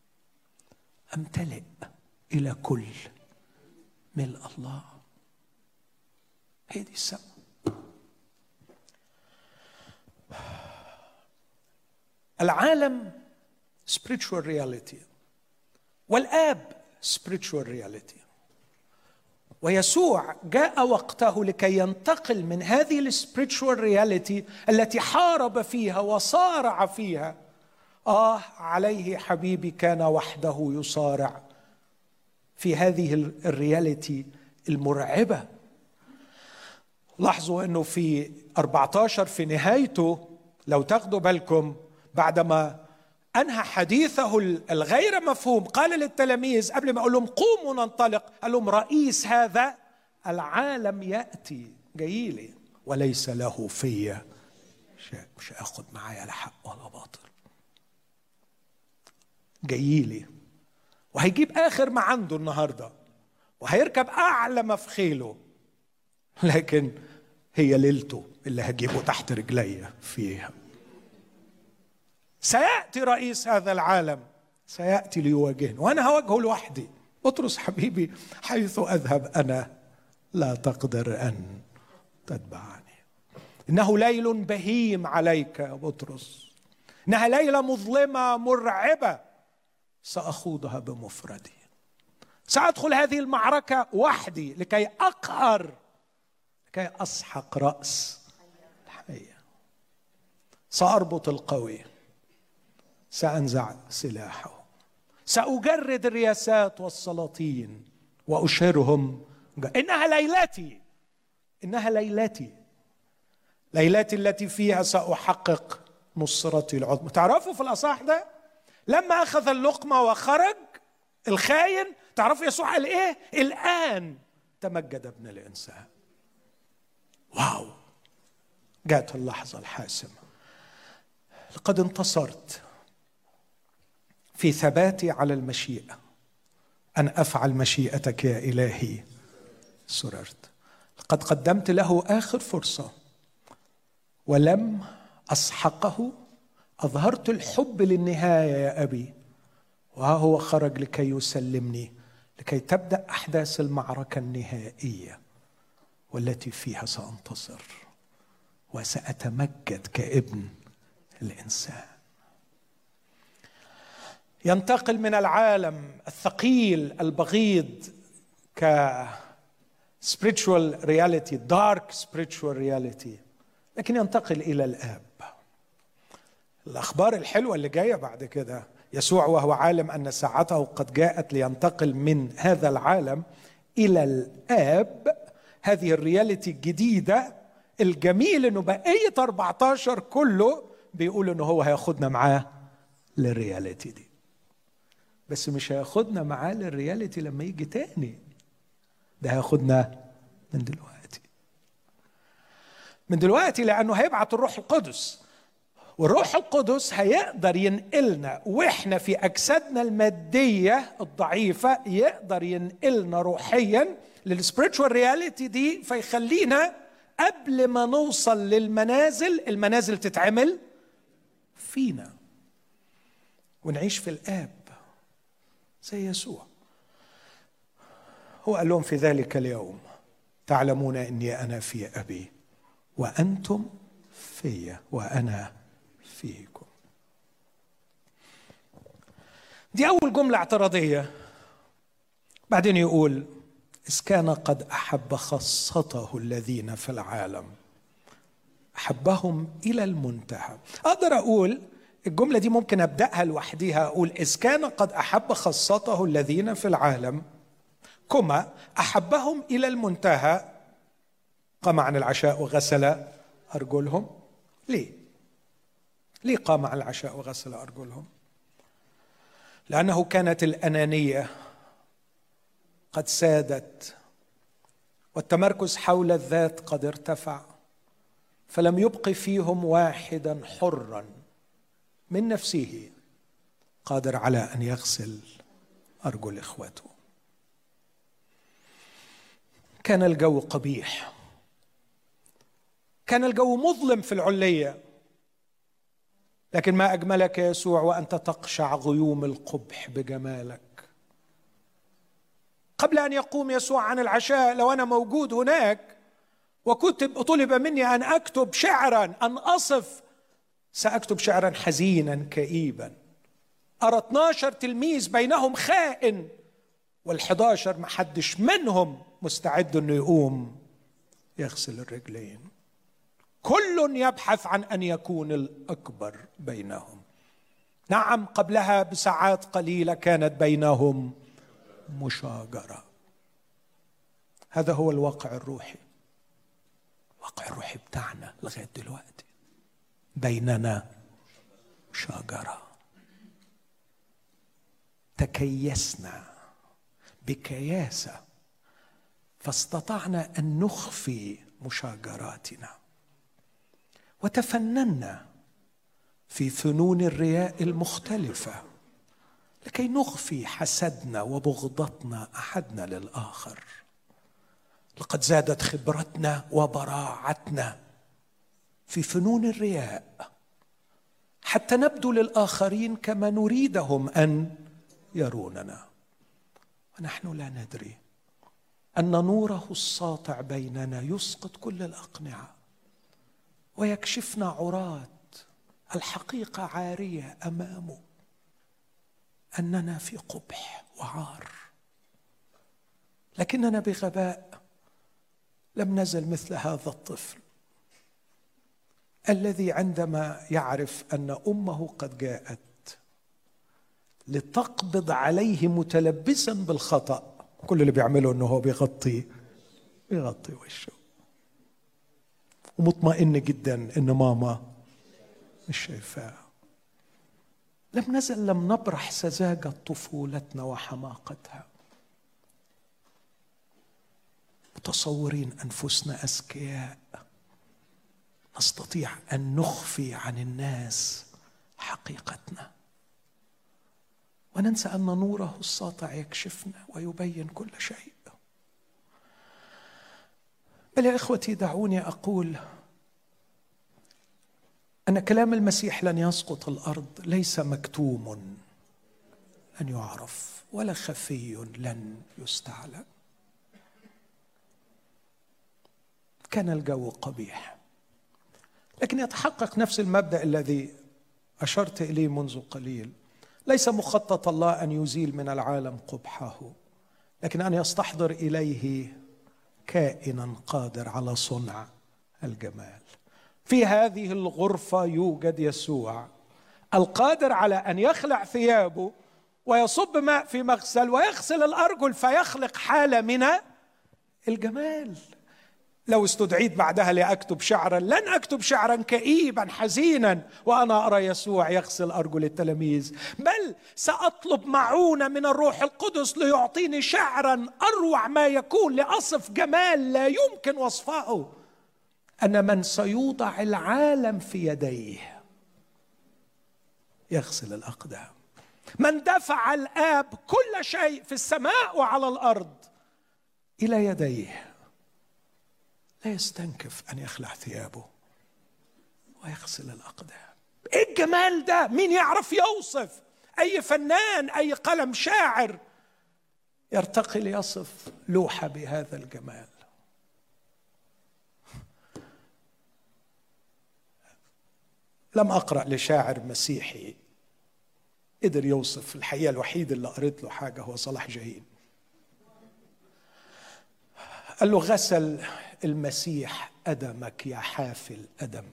أمتلئ إلى كل ملء الله. هي دي السماء. العالم spiritual reality، والآب spiritual reality. ويسوع جاء وقته لكي ينتقل من هذه الspiritual reality التي حارب فيها وصارع فيها. عليه حبيبي كان وحده يصارع في هذه الرياليتي المرعبة. لاحظوا أنه في 14 في نهايته، لو تاخدوا بالكم، بعدما أنهى حديثه الغير مفهوم قال للتلاميذ قبل ما أقول لهم قوموا ننطلق، قال لهم رئيس هذا العالم يأتي جايلي وليس له في شيء، مش أخذ معايا لا حق ولا باطل، جايلي وهيجيب آخر ما عنده النهاردة وهيركب أعلى ما في خيله، لكن هي ليلته اللي هجيبه تحت رجلي فيها. سيأتي رئيس هذا العالم، سيأتي ليواجهني وأنا هواجهه لوحدي. بطرس حبيبي حيث أذهب أنا لا تقدر أن تتبعني. إنه ليل بهيم عليك يا بطرس، إنها ليلة مظلمة مرعبة، سأخوضها بمفردي، سأدخل هذه المعركة وحدي لكي أقهر، لكي أسحق رأس الحية، سأربط القوي، سأنزع سلاحه، سأجرد الرياسات والسلاطين وأشهرهم إنها ليلتي، إنها ليلتي، ليلتي التي فيها سأحقق نصرتي العظمى. تعرفوا في الأصحاح ده لما أخذ اللقمة وخرج الخاين، تعرفوا يسوع قال إيه؟ الآن تمجد ابن الإنسان. واو، جاءت اللحظة الحاسمة. لقد انتصرت في ثباتي على المشيئة، أن أفعل مشيئتك يا إلهي سررت. لقد قدمت له آخر فرصة ولم أسحقه، أظهرت الحب للنهاية يا أبي، وها هو خرج لكي يسلمني، لكي تبدأ أحداث المعركة النهائية والتي فيها سأنتصر وسأتمجد كابن الإنسان. ينتقل من العالم الثقيل البغيض spiritual reality, dark spiritual reality، لكن ينتقل إلى الآب. الأخبار الحلوة اللي جاية بعد كده، يسوع وهو عالم أن ساعته قد جاءت لينتقل من هذا العالم إلى الآب. هذه الرياليتي الجديدة الجميل أنه بقية 14 كله بيقول أنه هو هياخدنا معاه للرياليتي دي، بس مش هياخدنا معاه للرياليتي لما يجي تاني، ده هياخدنا من دلوقتي، من دلوقتي، لأنه هيبعت الروح القدس، والروح القدس هيقدر ينقلنا وإحنا في أجسادنا المادية الضعيفة، يقدر ينقلنا روحيا للسبريتشوال رياليتي دي، فيخلينا قبل ما نوصل للمنازل، المنازل تتعمل فينا ونعيش في الآب زي يسوع. هو قال لهم في ذلك اليوم تعلمون أني أنا في أبي وأنتم في وأنا فيكم. دي أول جملة اعتراضية. بعدين يقول إذ كان قد أحب خاصته الذين في العالم أحبهم إلى المنتهى. أقدر أقول الجملة دي ممكن أبدأها لوحديها، أقول إذ كان قد أحب خاصته الذين في العالم كما أحبهم إلى المنتهى قام عن العشاء وغسل أرجلهم. ليه قام عن العشاء وغسل أرجلهم؟ لأنه كانت الأنانية قد سادت والتمركز حول الذات قد ارتفع، فلم يبق فيهم واحدا حرا من نفسه قادر على أن يغسل أرجل إخوته. كان الجو قبيح، كان الجو مظلم في العلية، لكن ما أجملك يا يسوع وأنت تقشع غيوم القبح بجمالك. قبل أن يقوم يسوع عن العشاء، لو أنا موجود هناك وكنت طلب مني أن أكتب شعرا، أن أصف، سأكتب شعرا حزينا كئيبا. أرى 12 تلميذ بينهم خائن وال11 ما حدش منهم مستعد انه يقوم يغسل الرجلين. كل يبحث عن ان يكون الاكبر بينهم. نعم، قبلها بساعات قليله كانت بينهم مشاجره. هذا هو الواقع الروحي. الواقع الروحي بتاعنا لغايه دلوقتي بيننا مشاجره. تكيسنا بكياسه فاستطعنا ان نخفي مشاجراتنا، وتفننا في فنون الرياء المختلفه لكي نخفي حسدنا وبغضتنا احدنا للاخر. لقد زادت خبرتنا وبراعتنا في فنون الرياء حتى نبدو للآخرين كما نريدهم أن يروننا، ونحن لا ندري أن نوره الساطع بيننا يسقط كل الأقنعة ويكشفنا عراة الحقيقة عارية أمامه، أننا في قبح وعار. لكننا بغباء لم نزل مثل هذا الطفل الذي عندما يعرف أن أمه قد جاءت لتقبض عليه متلبسا بالخطأ، كل اللي بيعمله أنه هو بيغطي وشه، ومطمئن جدا أن ماما مش شايفاه. لم نبرح سذاجة طفولتنا وحماقتها، متصورين أنفسنا أذكياء نستطيع أن نخفي عن الناس حقيقتنا، وننسى أن نوره الساطع يكشفنا ويبين كل شيء. بل يا إخوتي دعوني أقول أن كلام المسيح لن يسقط الأرض ليس مكتوم لن يعرف ولا خفي لن يستعلن. كان الجو قبيح، لكن يتحقق نفس المبدأ الذي أشرت إليه منذ قليل. ليس مخطط الله أن يزيل من العالم قبحه، لكن أن يستحضر إليه كائنا قادر على صنع الجمال. في هذه الغرفة يوجد يسوع القادر على أن يخلع ثيابه ويصب ماء في مغسل ويغسل الأرجل فيخلق حالة من الجمال. لو استدعيت بعدها لأكتب شعرا لن أكتب شعرا كئيبا حزينا وأنا أرى يسوع يغسل أرجل التلاميذ، بل سأطلب معونة من الروح القدس ليعطيني شعرا أروع ما يكون لأصف جمال لا يمكن وصفه، أن من سيوضع العالم في يديه يغسل الأقدام، من دفع الآب كل شيء في السماء وعلى الأرض إلى يديه لا يستنكف أن يخلع ثيابه ويغسل الأقدام. إيه الجمال ده؟ مين يعرف يوصف؟ أي فنان، أي قلم شاعر يرتقي ليصف لوحة بهذا الجمال؟ لم أقرأ لشاعر مسيحي قدر يوصف. الحقيقة الوحيد اللي قريت له حاجة هو صلاح جاهين. قال له: غسل المسيح أدمك يا حافل أدم،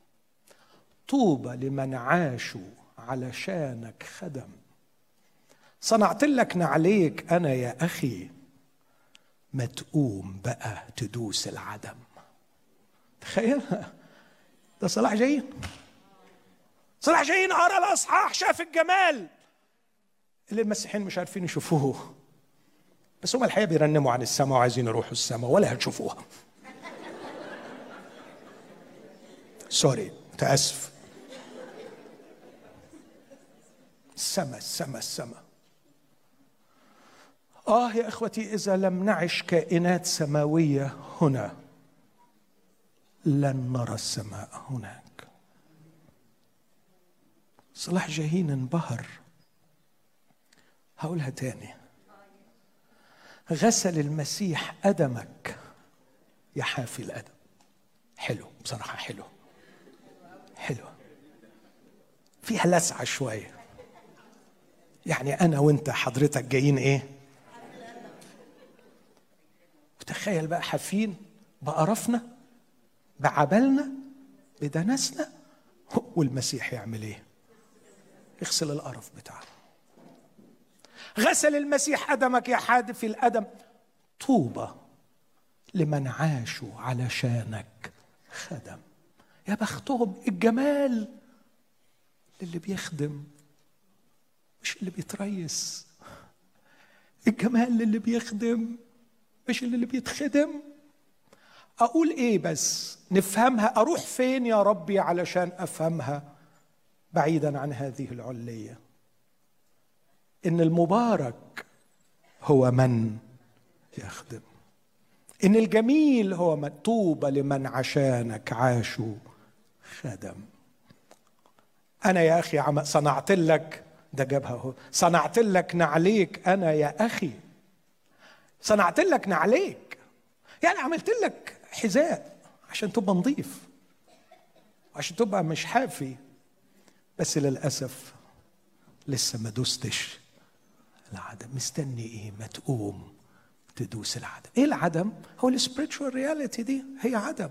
طوبى لمن عاشوا علشانك خدم، صنعت لك نعليك أنا يا أخي، ما تقوم بقى تدوس العدم. تخيل، ده صلاح جاهين. صلاح جاهين قرأ الأصحاح، شاف الجمال اللي المسيحيين مش عارفين يشوفوه، بس هم الحقيقة بيرنموا عن السماء وعايزين يروحوا السماء ولا هتشوفوها. سوري، تأسف. السماء السماء السماء. يا إخوتي، إذا لم نعش كائنات سماوية هنا لن نرى السماء هناك. صلاح جاهين انبهر. هقولها تاني: غسل المسيح أدمك يا حافي الأدم. حلو بصراحة، حلو فيها لسعة شوية. يعني أنا وإنت حضرتك جايين إيه؟ تخيل بقى حافين بقرفنا بعبلنا بدنسنا، والمسيح يعمل ايه؟ يغسل القرف بتاعنا. غسل المسيح أدمك يا حادف الأدم. طوبى لمن عاشوا علشانك خدم. يا بختهم. الجمال للي بيخدم مش اللي بيتريس. الجمال للي بيخدم مش اللي بيتخدم. أقول إيه بس نفهمها؟ أروح فين يا ربي علشان أفهمها بعيدا عن هذه العلية؟ إن المبارك هو من يخدم، إن الجميل هو من. طوبى لمن عشانك عاشوا خدم. أنا يا أخي صنعت لك، ده جابها هو، صنعت لك نعليك أنا يا أخي، صنعت لك نعليك، يعني عملت لك حذاء عشان تبقى نظيف وعشان تبقى مش حافي. بس للأسف لسه ما دوستش العدم. مستني ايه؟ ما تقوم تدوس العدم. ايه العدم؟ هو السبريتشوال رياليتي دي، هي عدم.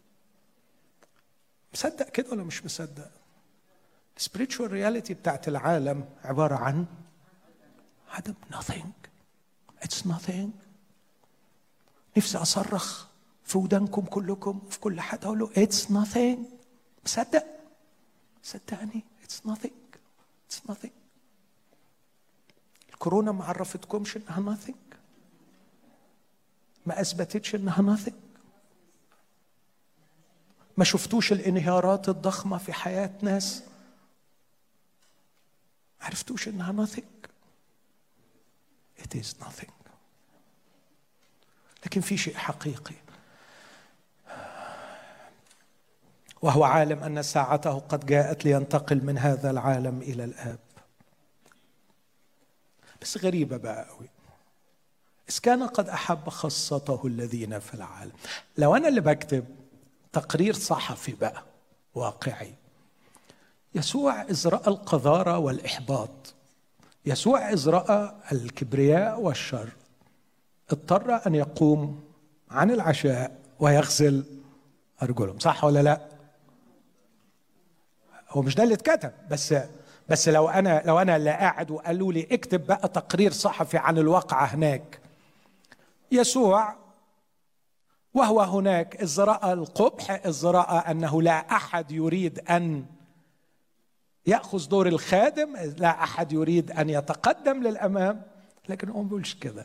مصدق كده ولا مش مصدق؟ السبريتشوال رياليتي بتاعت العالم عبارة عن عدم. nothing. it's nothing. نفسي أصرخ في ودانكم كلكم وفي كل حد أقول له it's nothing. مصدق؟ صدقني it's nothing. it's nothing. الكورونا ما عرفتكمش إنها nothing؟ ما أثبتتش إنها nothing؟ ما شفتوش الانهيارات الضخمة في حياة ناس؟ ما عرفتوش إنها nothing؟ it is nothing. لكن في شيء حقيقي، وهو عالم أن ساعته قد جاءت لينتقل من هذا العالم إلى الآب. بس غريبة بقى قوي، إذ كان قد أحب خاصته الذين في العالم. لو أنا اللي بكتب تقرير صحفي بقى واقعي، يسوع إذ رأى القذارة والإحباط، يسوع إذ رأى الكبرياء والشر، اضطر أن يقوم عن العشاء ويغسل أرجلهم. صح ولا لا؟ هو مش ده اللي اتكتب، بس لو أنا اللي قاعد وقالوا لي اكتب بقى تقرير صحفي عن الواقعة هناك. يسوع وهو هناك إذ رأى القبح، إذ رأى أنه لا أحد يريد أن يأخذ دور الخادم، لا أحد يريد أن يتقدم للأمام، لكن هو ما بيقولش كده.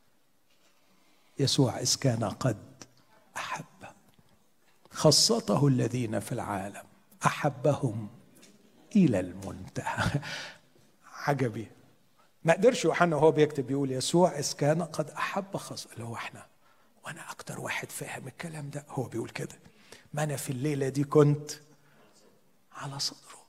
يسوع إذ كان قد أحب خاصته الذين في العالم أحبهم إلى المنتهى. عجبي، ما قدرش يوحنا وهو بيكتب يقول يسوع إذ كان قد أحب خاصة، اللي هو احنا، وأنا أكتر واحد فاهم الكلام ده. هو بيقول كده، ما أنا في الليلة دي كنت على صدره.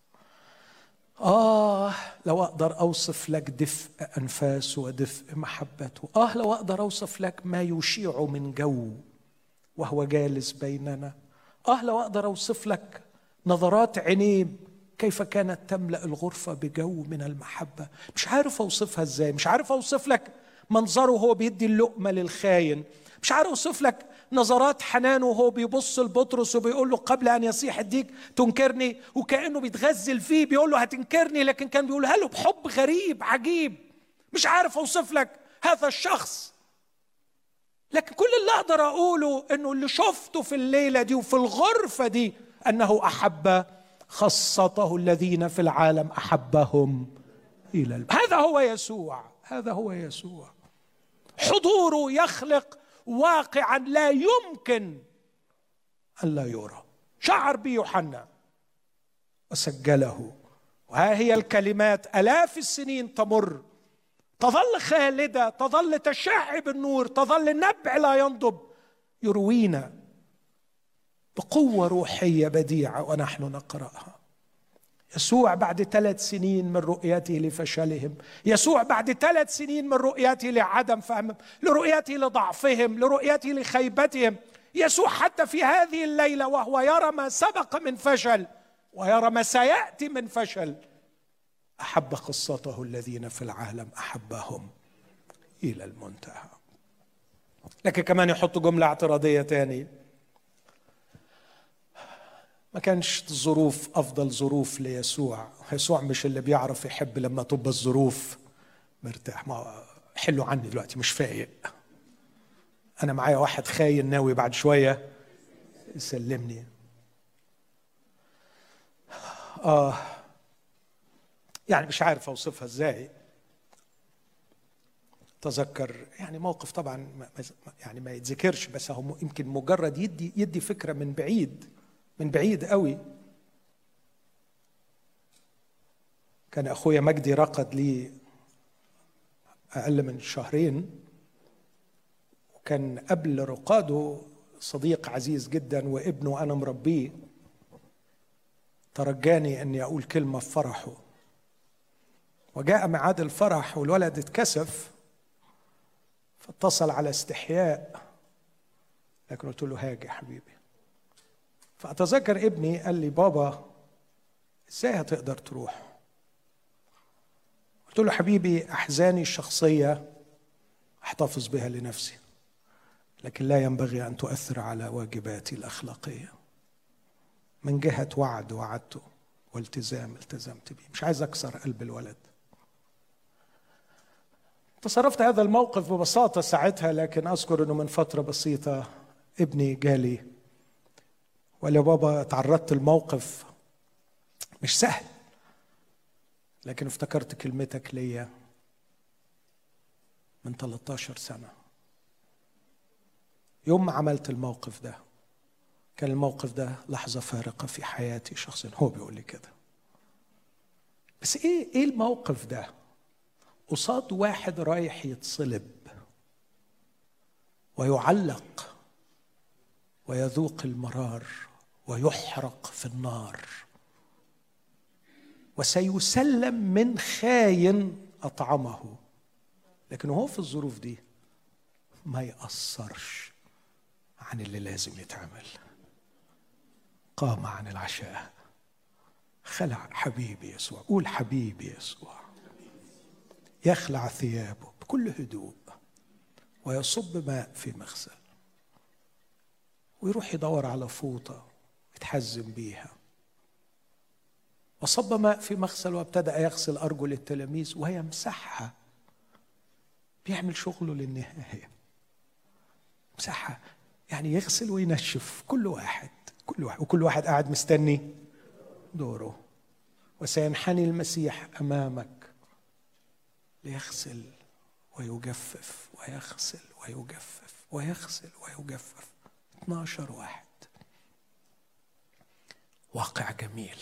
لو أقدر أوصف لك دفء أنفاسه ودفء محبته. لو أقدر أوصف لك ما يشيع من جو وهو جالس بيننا. لو أقدر أوصف لك نظرات عينيه كيف كانت تملأ الغرفة بجو من المحبة. مش عارف أوصفها إزاي، مش عارف أوصف لك منظره وهو بيدي اللقمة للخاين، مش عارف أوصف لك نظرات حنانه وهو بيبص لبطرس وبيقول له قبل أن يصيح الديك تنكرني، وكأنه بيتغزل فيه بيقول له هتنكرني، لكن كان بيقولها له بحب غريب عجيب. مش عارف أوصف لك هذا الشخص، لكن كل اللي أقدر أقوله أنه اللي شفته في الليلة دي وفي الغرفة دي أنه أحب خاصته الذين في العالم أحبهم إلى هذا هو يسوع. هذا هو يسوع. حضوره يخلق واقعا لا يمكن أن لا يرى. شعر به يوحنا وسجله، وها هي الكلمات آلاف السنين تمر، تظل خالدة، تظل تشع بالنور، تظل النبع لا ينضب، يروينا بقوة روحية بديعة ونحن نقرأها. يسوع بعد 3 سنين من رؤيته لفشلهم، يسوع بعد 3 سنين من رؤيته لعدم فهمهم، لرؤيته لضعفهم، لرؤيته لخيبتهم، يسوع حتى في هذه الليلة وهو يرى ما سبق من فشل ويرى ما سيأتي من فشل، أحب خاصته الذين في العالم أحبهم إلى المنتهى. لكن كمان يحط جملة اعتراضية تاني: ما كانش الظروف أفضل ظروف ليسوع. يسوع مش اللي بيعرف يحب لما تبقى الظروف مرتاح. ما حلوا عني دلوقتي مش فايق، أنا معايا واحد خاين ناوي بعد شوية يسلمني. يعني مش عارف أوصفها إزاي. تذكر يعني موقف طبعا يعني ما يتذكرش، بس هو يمكن مجرد يدي فكرة من بعيد قوي. كان أخويا مجدي رقد لي أقل من شهرين، وكان قبل رقاده صديق عزيز جدا وابنه أنا مربيه ترجاني أني أقول كلمة في فرحه، وجاء ميعاد الفرح والولد اتكسف، فاتصل على استحياء، لكن قلت له هاجي حبيبي. فأتذكر ابني قال لي: بابا ازاي هتقدر تروح؟ قلت له: حبيبي أحزاني الشخصية أحتفظ بها لنفسي، لكن لا ينبغي أن تؤثر على واجباتي الأخلاقية. من جهة وعد وعدته والتزام التزمت به، مش عايز أكسر قلب الولد. تصرفت هذا الموقف ببساطة ساعتها، لكن أذكر أنه من فترة بسيطة ابني جالي وقال: يا بابا تعرضت الموقف مش سهل، لكن افتكرت كلمتك ليا من 13 سنة. يوم ما عملت الموقف ده كان الموقف ده لحظة فارقة في حياتي شخصيا. هو بيقول لي كده. بس ايه الموقف ده قصاد واحد رايح يتصلب ويعلق ويذوق المرار ويحرق في النار وسيسلم من خاين أطعمه، لكن هو في الظروف دي ما يأثرش عن اللي لازم يتعمل. قام عن العشاء، خلع حبيبي يسوع. قول حبيبي يسوع. يخلع ثيابه بكل هدوء ويصب ماء في مغسل ويروح يدور على فوطة يتحزم بيها، وصب ماء في مغسل وابتدأ يغسل أرجل التلاميذ ويمسحها. بيعمل شغله للنهاية، مسحها يعني يغسل وينشف كل واحد وكل واحد قاعد مستني دوره. وسينحني المسيح أمامك ليغسل ويجفف ويغسل ويجفف ويغسل ويجفف. 12 واحد. واقع جميل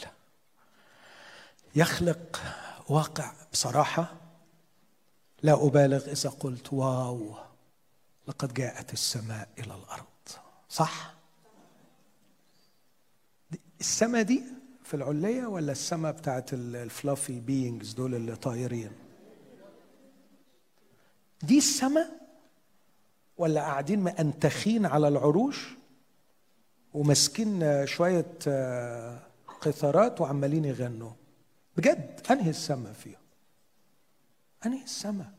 يخلق واقع. بصراحة لا أبالغ إذا قلت واو، لقد جاءت السماء إلى الأرض. صح؟ السماء دي في العلية ولا السماء بتاعت الفلافي بيينجز دول اللي طايرين؟ دي السماء ولا قاعدين مأنتخين على العروش وماسكين شوية قيثارات وعمالين يغنوا؟ بجد أنهي السماء فيها؟ أنهي السماء؟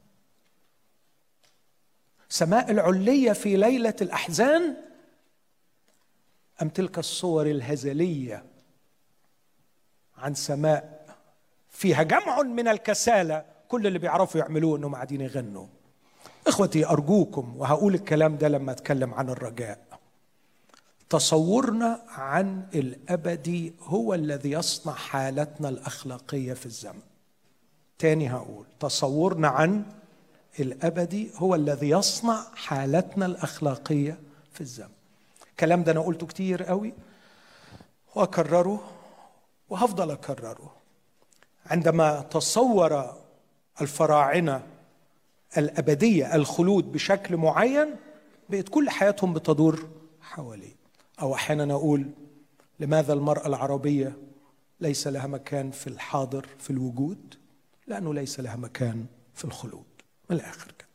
سماء العلية في ليلة الأحزان أم تلك الصور الهزلية عن سماء فيها جمع من الكسالى كل اللي بيعرفوا يعملوه أنهم قاعدين يغنوا؟ إخوتي أرجوكم، وهقول الكلام ده لما أتكلم عن الرجاء، تصورنا عن الأبدي هو الذي يصنع حالتنا الأخلاقية في الزمن. تاني هقول: تصورنا عن الأبدي هو الذي يصنع حالتنا الأخلاقية في الزمن. الكلام ده أنا قلته كتير قوي وأكرره وهفضل أكرره. عندما تصور الفراعنة الأبدية الخلود بشكل معين، بقت كل حياتهم بتدور حواليه. أو أحيانا أقول: لماذا المرأة العربية ليس لها مكان في الحاضر في الوجود؟ لأنه ليس لها مكان في الخلود. من الآخر كده،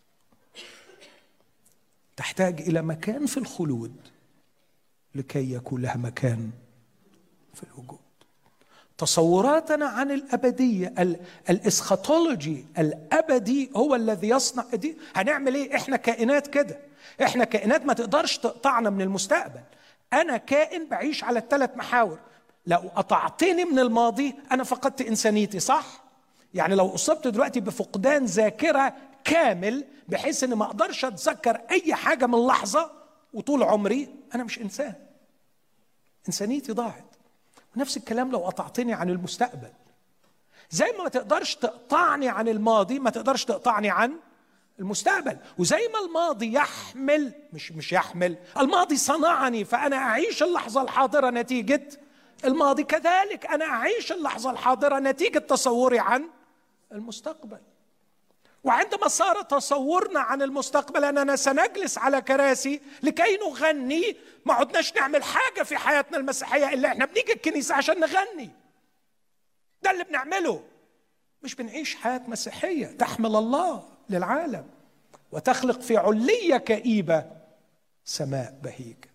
تحتاج إلى مكان في الخلود لكي يكون لها مكان في الوجود. تصوراتنا عن الأبدية، الإسخاتولوجي الأبدي هو الذي يصنع دي. هنعمل إيه؟ إحنا كائنات كده، احنا كائنات ما تقدرش تقطعنا من المستقبل. انا كائن بعيش على الثلاث محاور. لو قطعتني من الماضي انا فقدت انسانيتي، صح؟ يعني لو اصبت دلوقتي بفقدان ذاكرة كامل بحيث ان ما اقدرش اتذكر اي حاجة من لحظة وطول عمري، انا مش انسان، انسانيتي ضاعت. ونفس الكلام لو قطعتني عن المستقبل. زي ما تقدرش تقطعني عن الماضي ما تقدرش تقطعني عن المستقبل. وزي ما الماضي يحمل مش يحمل، الماضي صنعني فأنا أعيش اللحظة الحاضرة نتيجة الماضي، كذلك أنا أعيش اللحظة الحاضرة نتيجة تصوري عن المستقبل. وعندما صار تصورنا عن المستقبل أننا سنجلس على كراسي لكي نغني، ما عدناش نعمل حاجة في حياتنا المسيحية إلا إحنا بنيجي الكنيسة عشان نغني. ده اللي بنعمله، مش بنعيش حياة مسيحية تحمل الله للعالم وتخلق في علية كئيبة سماء بهيجة.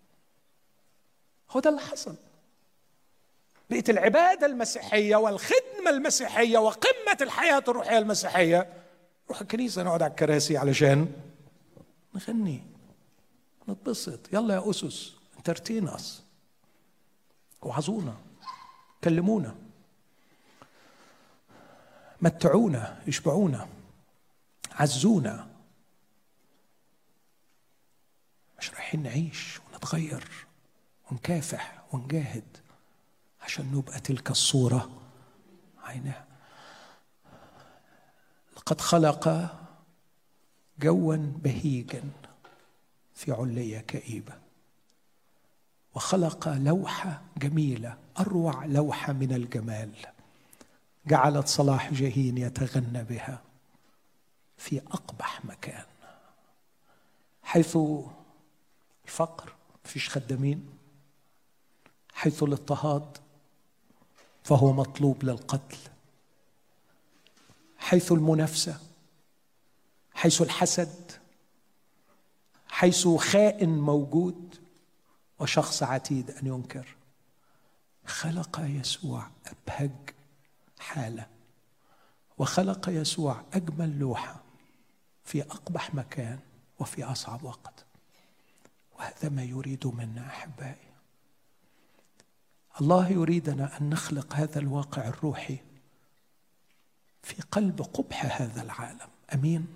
هو ده اللي حصل. بقت العبادة المسيحية والخدمة المسيحية وقمة الحياة الروحية المسيحية نروح الكنيسة نقعد على الكراسي علشان نغني نتبسط. يلا يا أسس انترتين أس، وعظونا، كلمونا، متعونا، اشبعونا، عزونا. مش رايحين نعيش ونتغير ونكافح ونجاهد عشان نبقى تلك الصورة عينها. لقد خلق جوا بهيجا في علية كئيبة، وخلق لوحة جميلة، أروع لوحة من الجمال، جعلت صلاح جاهين يتغنى بها في أقبح مكان، حيث الفقر مفيش خدامين، حيث الاضطهاد فهو مطلوب للقتل، حيث المنافسة، حيث الحسد، حيث خائن موجود وشخص عتيد أن ينكر. خلق يسوع أبهج حالة، وخلق يسوع أجمل لوحة في أقبح مكان وفي أصعب وقت. وهذا ما يريد منا أحبائي. الله يريدنا أن نخلق هذا الواقع الروحي في قلب قبح هذا العالم. أمين.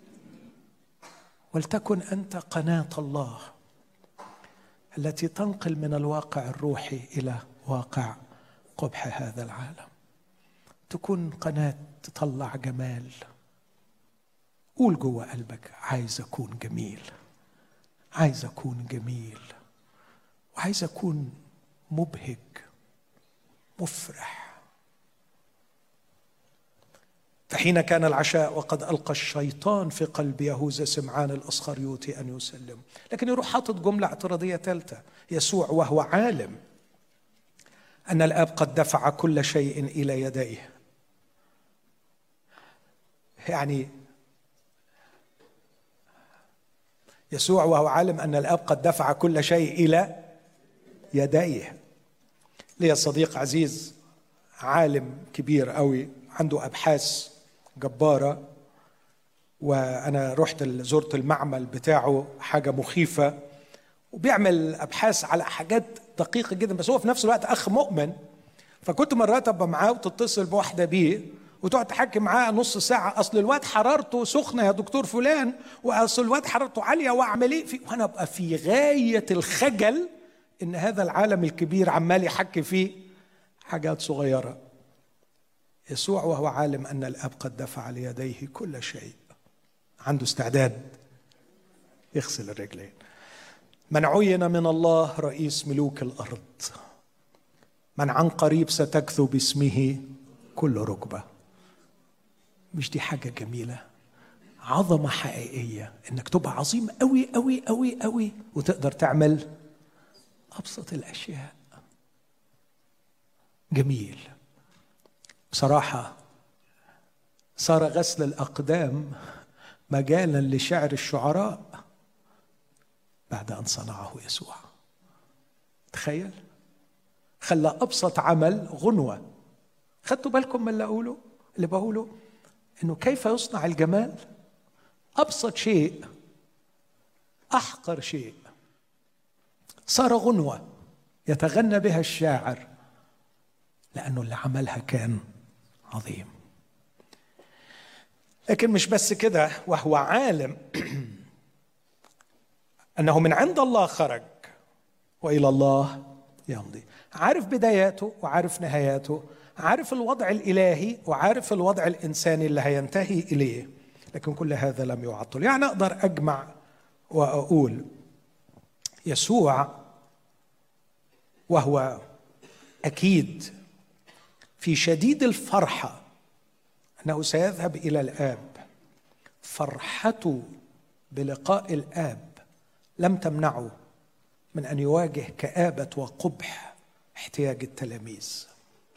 ولتكن أنت قناة الله التي تنقل من الواقع الروحي إلى واقع قبح هذا العالم. تكون قناة تطلع جمال. قول جوه قلبك عايز أكون جميل، عايز أكون جميل، وعايز أكون مبهج مفرح. فحين كان العشاء وقد ألقى الشيطان في قلب يهوذا سمعان الإسخريوطي أن يسلم. لكن يروح حاطط جملة اعتراضية ثالثة: يسوع وهو عالم أن الآب قد دفع كل شيء إلى يديه. يعني يسوع وهو عالم أن الآب قد دفع كل شيء إلى يديه. لي صديق عزيز عالم كبير قوي عنده أبحاث جبارة، وأنا رحت زرت المعمل بتاعه، حاجة مخيفة، وبيعمل أبحاث على حاجات دقيقة جدا، بس هو في نفس الوقت أخ مؤمن. فكنت مرات أبقى معاه وتتصل بواحدة بيه وتقعد تحكي معاه نص ساعة: أصل الواد حرارته سخنة يا دكتور فلان، وأصل الواد حرارته عالية، وأعمل إيه؟ وأنا أبقى في غاية الخجل إن هذا العالم الكبير عمال يحكي فيه حاجات صغيرة. يسوع وهو عالم أن الآب قد دفع ليديه كل شيء، عنده استعداد يغسل الرجلين. من عين من الله رئيس ملوك الأرض، من عن قريب ستكثو باسمه كل ركبة. مش دي حاجة جميلة؟ عظمة حقيقية إنك تبقى عظيم قوي قوي قوي قوي وتقدر تعمل أبسط الأشياء. جميل. بصراحة صار غسل الأقدام مجالا لشعر الشعراء بعد أن صنعه يسوع. تخيل، خلى أبسط عمل غنوة. خدتوا بالكم من اللي بقوله إنه كيف يصنع الجمال؟ أبسط شيء أحقر شيء صار غنوة يتغنى بها الشاعر، لأنه اللي عملها كان عظيم. لكن مش بس كده، وهو عالم أنه من عند الله خرج وإلى الله يمضي، عارف بداياته وعارف نهاياته، عارف الوضع الإلهي وعارف الوضع الإنساني اللي هينتهي إليه، لكن كل هذا لم يعطل. يعني أقدر أجمع وأقول يسوع وهو أكيد في شديد الفرحة أنه سيذهب إلى الآب، فرحته بلقاء الآب لم تمنعه من أن يواجه كآبة وقبح احتياج التلاميذ.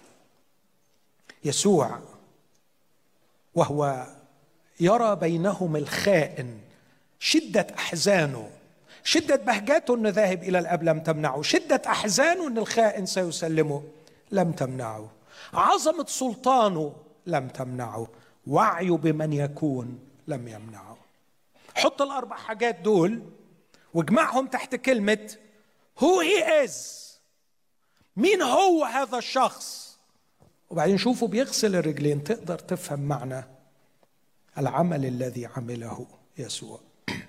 يسوع وهو يرى بينهم الخائن، شدة أحزانه، شدة بهجته أنه ذاهب إلى الآب لم تمنعه، شدة أحزانه أن الخائن سيسلمه لم تمنعه، عظمة سلطانه لم تمنعه، وعيه بمن يكون لم يمنعه. حط الأربع حاجات دول واجمعهم تحت كلمة who he is، مين هو هذا الشخص، وبعدين شوفوا بيغسل الرجلين، تقدر تفهم معنى العمل الذي عمله يسوع.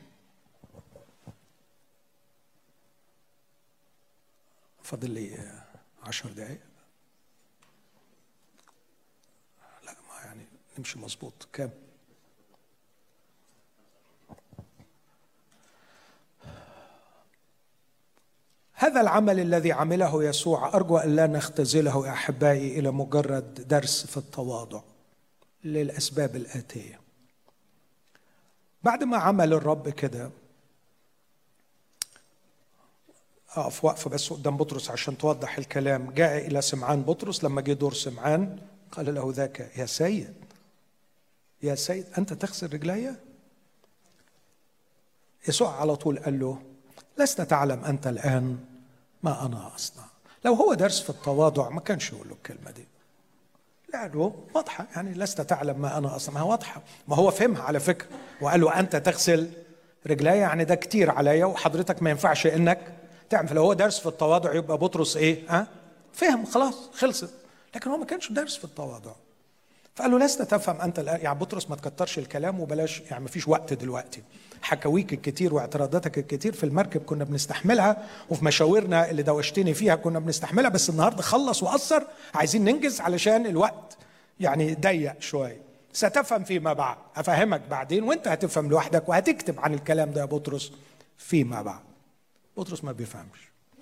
فاضل لي 10 دقايق، لا ما يعني نمشي مظبوط كام؟ هذا العمل الذي عمله يسوع أرجو أن لا نختزله يا أحبائي إلى مجرد درس في التواضع للأسباب الآتية. بعد ما عمل الرب كده، أقف وقفة بس قدام بطرس عشان توضح الكلام. جاء إلى سمعان بطرس، لما جه دور سمعان قال له ذاك يا سيد، يا سيد أنت تغسل رجلي؟ يسوع على طول قال له لست تعلم أنت الآن ما أنا أصنع. لو هو درس في التواضع ما كانش يقول له الكلمة دي، لأنه واضحة، يعني لست تعلم ما أنا أصنع، ما واضحة، ما هو فهمها على فكرة، وقال له أنت تغسل رجلي، يعني ده كتير عليا وحضرتك ما ينفعش إنك تعمل. فلو هو درس في التواضع يبقى بطرس إيه؟ فهم، خلاص خلصت. لكن هو ما كانش درس في التواضع، فقال له لست تفهم أنت الآن. يعني بطرس ما تكترش الكلام وبلاش، يعني ما فيش وقت دلوقتي، حكاويك الكتير واعتراضاتك الكتير في المركب كنا بنستحملها، وفي مشاورنا اللي دوشتني فيها كنا بنستحملها، بس النهارده خلص وأثر، عايزين ننجز علشان الوقت يعني ضيق شوية. ستفهم فيما بعد، أفهمك بعدين وانت هتفهم لوحدك وهتكتب عن الكلام ده يا بطرس فيما بعد. بطرس ما بيفهمش.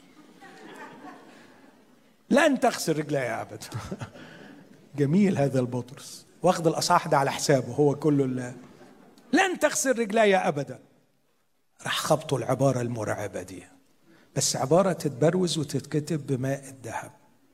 لن تغسل رجلي أبدا. جميل هذا البطرس، واخد الأصحاح ده على حسابه هو كله. لن تغسل رجلي أبدا. راح خبطوا العبارة المرعبة دي، بس عبارة تتبروز وتتكتب بماء الذهب.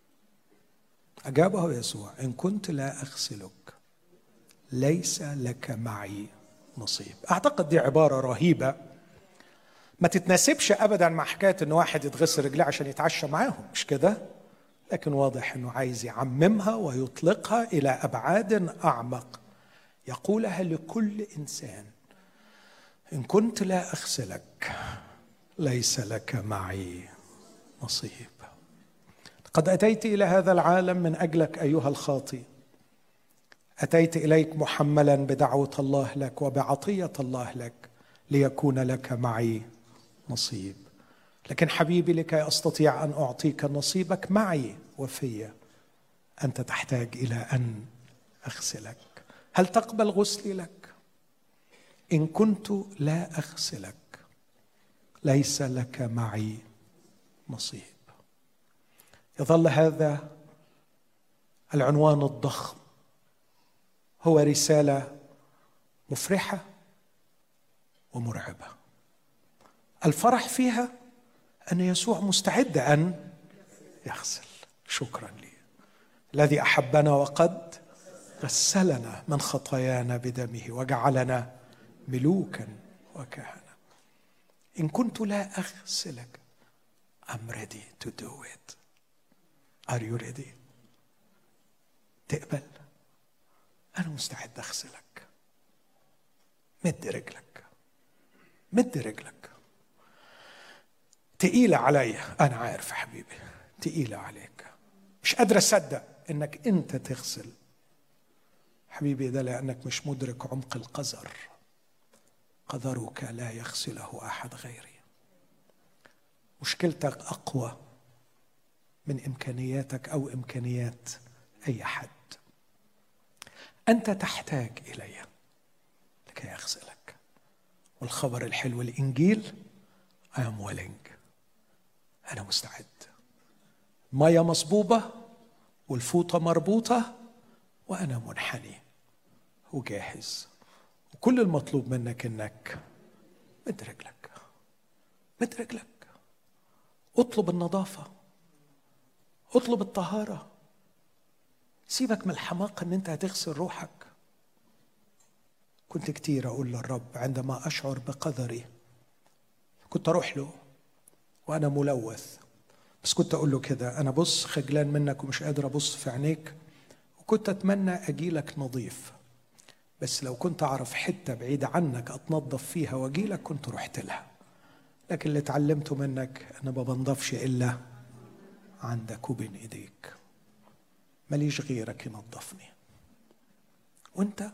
أجابه يسوع إن كنت لا أغسلك ليس لك معي نصيب. أعتقد دي عبارة رهيبة ما تتناسبش أبدا مع حكاية إن واحد يتغسل رجليه عشان يتعشى معاهم، مش كده؟ لكن واضح إنه عايز يعممها ويطلقها إلى أبعاد أعمق، يقولها لكل إنسان إن كنت لا أغسلك ليس لك معي نصيب. قد أتيت إلى هذا العالم من أجلك أيها الخاطئ، أتيت إليك محملا بدعوة الله لك وبعطية الله لك ليكون لك معي نصيب. لكن حبيبي لكي أستطيع أن أعطيك نصيبك معي وفي، أنت تحتاج إلى أن أغسلك. هل تقبل غسلي لك؟ إن كنت لا أغسلك ليس لك معي نصيب. يظل هذا العنوان الضخم هو رسالة مفرحة ومرعبة. الفرح فيها أن يسوع مستعد أن يغسل. شكرا لي الذي أحبنا وقد غسلنا من خطايانا بدمه وجعلنا ملوكا وكهنة. إن كنت لا أغسلك I'm ready to do it. Are you ready؟ تقبل؟ أنا مستعد أغسلك. مد رجلك، مد رجلك. تقيلة عليا، أنا عارف يا حبيبي تقيلة عليك، مش قادر أصدق إنك أنت تغسل. حبيبي ده لأنك مش مدرك عمق القذر. قذرك لا يغسله أحد غيري. مشكلتك أقوى من إمكانياتك أو إمكانيات أي حد. أنت تحتاج إلي لكي أغسلك. والخبر الحلو الإنجيل I am willing، أنا مستعد. مية مصبوبة والفوطة مربوطة وأنا منحني وجاهز. وكل المطلوب منك إنك مد رجلك، مد رجلك، اطلب النظافة، اطلب الطهارة. سيبك من الحماقة إن أنت هتغسل روحك. كنت كتير أقول للرب عندما أشعر بقذري، كنت أروح له وأنا ملوث، بس كنت أقول له كده: أنا بص خجلان منك ومش قادر أبص في عينيك، وكنت أتمنى أجيلك نظيف، بس لو كنت أعرف حتة بعيدة عنك أتنظف فيها وأجيلك كنت رحت لها. لكن اللي اتعلمته منك أنا ما بنضفش إلا عندك وبين إيديك، ماليش غيرك ينظفني. وأنت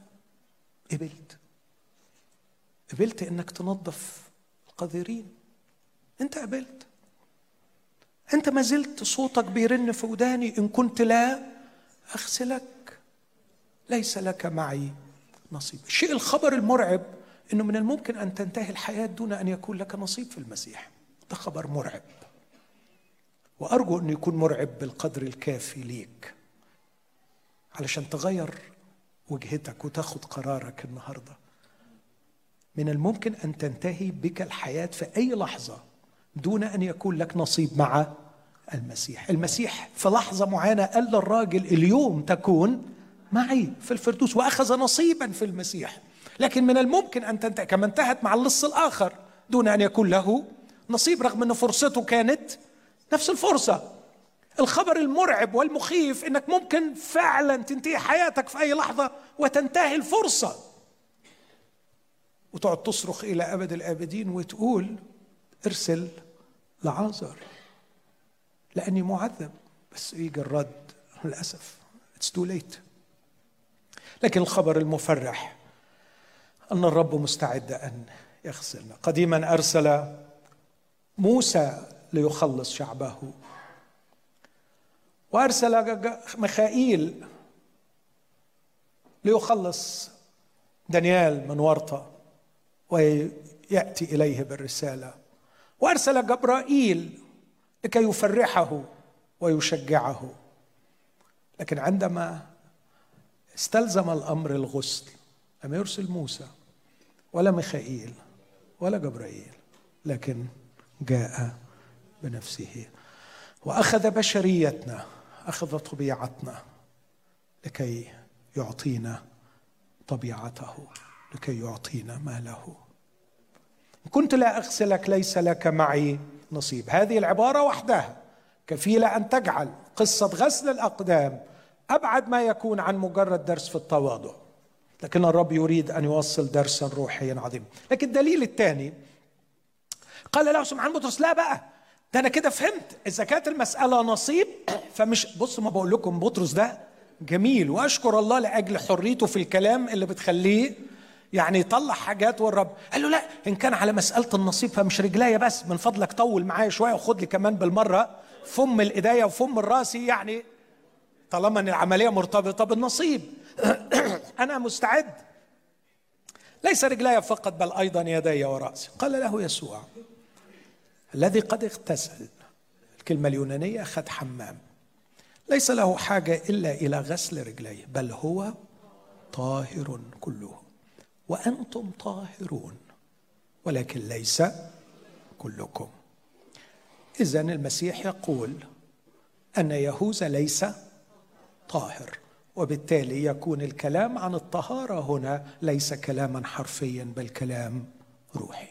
قبلت إنك تنظف القذرين. أنت قبلت. أنت ما زلت صوتك بيرن في وداني: إن كنت لا أغسلك ليس لك معي نصيب. الشيء الخبر المرعب إنه من الممكن أن تنتهي الحياة دون أن يكون لك نصيب في المسيح. ده خبر مرعب، وأرجو أن يكون مرعب بالقدر الكافي ليك علشان تغير وجهتك وتاخد قرارك النهاردة. من الممكن أن تنتهي بك الحياة في أي لحظة دون أن يكون لك نصيب مع المسيح. المسيح في لحظة معينة قال للراجل: اليوم تكون معي في الفردوس، وأخذ نصيبا في المسيح. لكن من الممكن أن تنتهي كما انتهت مع اللص الآخر دون أن يكون له نصيب، رغم أن فرصته كانت نفس الفرصة. الخبر المرعب والمخيف إنك ممكن فعلا تنتهي حياتك في أي لحظة وتنتهي الفرصة، وتقعد تصرخ إلى أبد الآبدين وتقول: ارسل لعازر لأني معذب. بس يجي الرد: للأسف it's too late. لكن الخبر المفرح أن الرب مستعد أن يغسلنا. قديما أرسل موسى ليخلص شعبه، وأرسل ميخائيل ليخلص دانيال من ورطة ويأتي إليه بالرسالة، وأرسل جبرائيل لكي يفرحه ويشجعه. لكن عندما استلزم الأمر الغسل لم يرسل موسى ولا ميخائيل ولا جبرائيل، لكن جاء بنفسه وأخذ بشريتنا، أخذ طبيعتنا لكي يعطينا طبيعته، لكي يعطينا ما له. كنت لا أغسلك ليس لك معي نصيب. هذه العبارة وحدها كفيلة أن تجعل قصة غسل الأقدام أبعد ما يكون عن مجرد درس في التواضع، لكن الرب يريد أن يوصل درسا روحيا عظيما. لكن الدليل الثاني قال له سمعان بطرس: لا بقى، ده أنا كده فهمت، إذا كانت المسألة نصيب فمش، بص ما بقول لكم بطرس ده جميل، وأشكر الله لأجل حريته في الكلام اللي بتخليه يعني يطلع حاجات. والرب قال له: لا، إن كان على مسألة النصيب فمش رجلية بس، من فضلك طول معايا شوية وخد لي كمان بالمرة فم الإيدية وفم الراسي، يعني طالما أن العملية مرتبطة بالنصيب. أنا مستعد، ليس رجلي فقط بل أيضا يدي ورأسي. قال له يسوع: الذي قد اغتسل، الكلمة اليونانية أخذ حمام، ليس له حاجة إلا إلى غسل رجليه، بل هو طاهر كله. وأنتم طاهرون ولكن ليس كلكم. إذن المسيح يقول أن يهوذا ليس طاهر، وبالتالي يكون الكلام عن الطهارة هنا ليس كلاما حرفيا بل كلام روحي.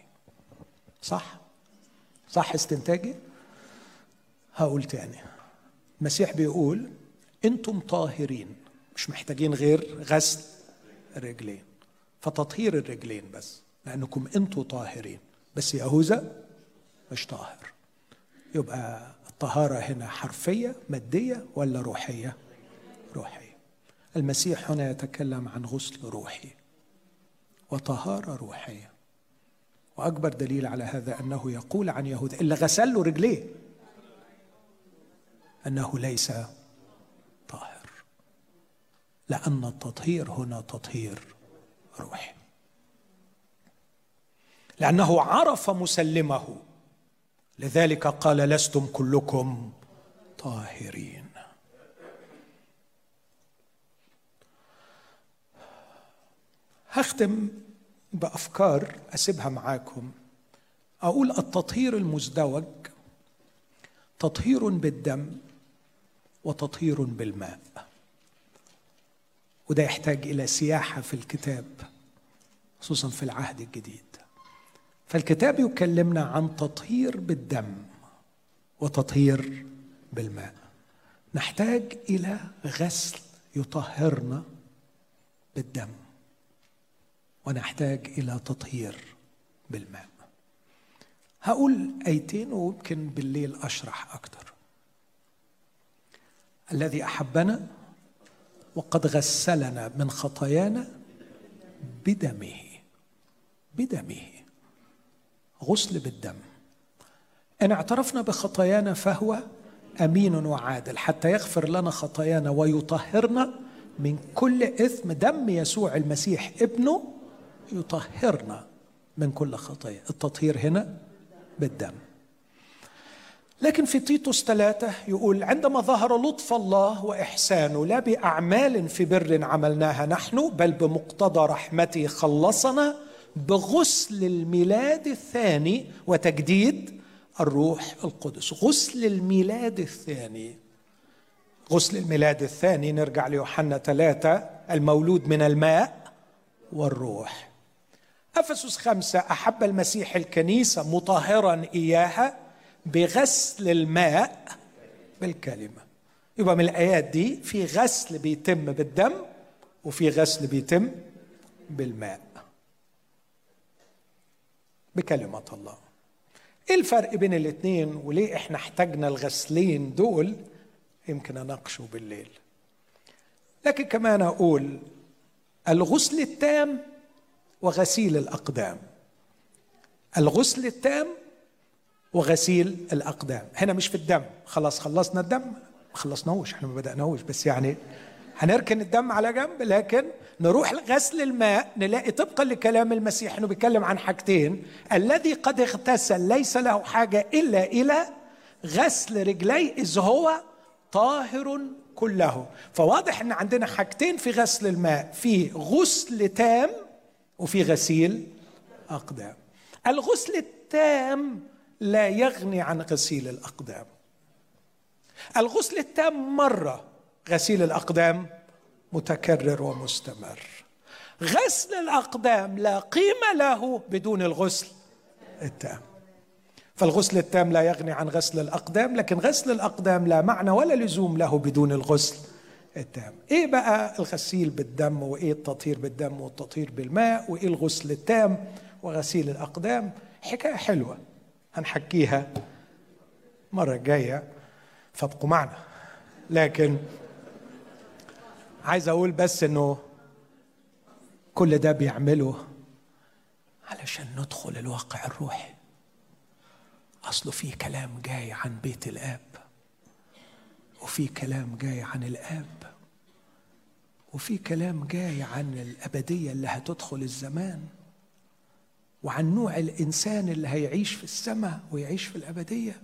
صح استنتاجي؟ هقول تاني. المسيح بيقول انتم طاهرين، مش محتاجين غير غسل الرجلين، فتطهير الرجلين بس، لأنكم انتم طاهرين. بس يهوذا مش طاهر، يبقى الطهارة هنا حرفية مادية ولا روحية؟ روحية. المسيح هنا يتكلم عن غسل روحي وطهارة روحية. وأكبر دليل على هذا أنه يقول عن يهوذا اللي غسل له رجليه أنه ليس طاهر، لأن التطهير هنا تطهير روحي، لأنه عرف مسلمه، لذلك قال لستم كلكم طاهرين. هختم بأفكار أسيبها معاكم. أقول التطهير المزدوج تطهير بالدم وتطهير بالماء، وده يحتاج إلى سياحة في الكتاب خصوصا في العهد الجديد. فالكتاب يكلمنا عن تطهير بالدم وتطهير بالماء. نحتاج إلى غسل يطهرنا بالدم، ونحتاج إلى تطهير بالماء. هقول آيتين ويمكن بالليل أشرح أكتر. الذي أحبنا وقد غسلنا من خطايانا بدمه. بدمه، غسل بالدم. إن اعترفنا بخطايانا فهو أمين وعادل حتى يغفر لنا خطايانا ويطهرنا من كل إثم. دم يسوع المسيح ابنه يطهرنا من كل خطايا. التطهير هنا بالدم. لكن في تيتوس 3 يقول عندما ظهر لطف الله وإحسانه لا بأعمال في بر عملناها نحن، بل بمقتضى رحمته خلصنا بغسل الميلاد الثاني وتجديد الروح القدس. غسل الميلاد الثاني. غسل الميلاد الثاني نرجع ليوحنا 3 المولود من الماء والروح. أفسس 5 أحب المسيح الكنيسة مطهرا إياها بغسل الماء بالكلمة. يبقى من الآيات دي في غسل بيتم بالدم وفي غسل بيتم بالماء بكلمة الله. إيه الفرق بين الاثنين وليه إحنا احتاجنا الغسلين دول؟ يمكن أناقشه بالليل. لكن كمان أقول الغسل التام وغسيل الأقدام. الغسل التام وغسيل الأقدام. هنا مش في الدم، خلاص خلصنا الدم، ما خلصناهوش، احنا ما بدأناهوش، بس يعني هنركن الدم على جنب. لكن نروح لغسل الماء نلاقي طبقا لكلام المسيح انه بيتكلم عن حاجتين. الذي قد اغتسل ليس له حاجة إلا إلى غسل رجليه إذ هو طاهر كله. فواضح ان عندنا حاجتين في غسل الماء، في غسل تام وفي غسيل أقدام. الغسل التام لا يغني عن غسيل الأقدام. الغسل التام مرة، غسيل الأقدام متكرر ومستمر. غسل الأقدام لا قيمة له بدون الغسل التام. فالغسل التام لا يغني عن غسل الأقدام، لكن غسل الأقدام لا معنى ولا لزوم له بدون الغسل التام. إيه بقى الغسيل بالدم وإيه التطهير بالدم والتطهير بالماء وإيه الغسل التام وغسيل الأقدام؟ حكاية حلوة هنحكيها مرة جاية، فابقوا معنا. لكن عايز أقول بس إنه كل ده بيعمله علشان ندخل الواقع الروحي. أصله في كلام جاي عن بيت الآب، وفي كلام جاي عن الآب، وفي كلام جاي عن الأبدية اللي هتدخل الزمان، وعن نوع الإنسان اللي هيعيش في السماء ويعيش في الأبدية.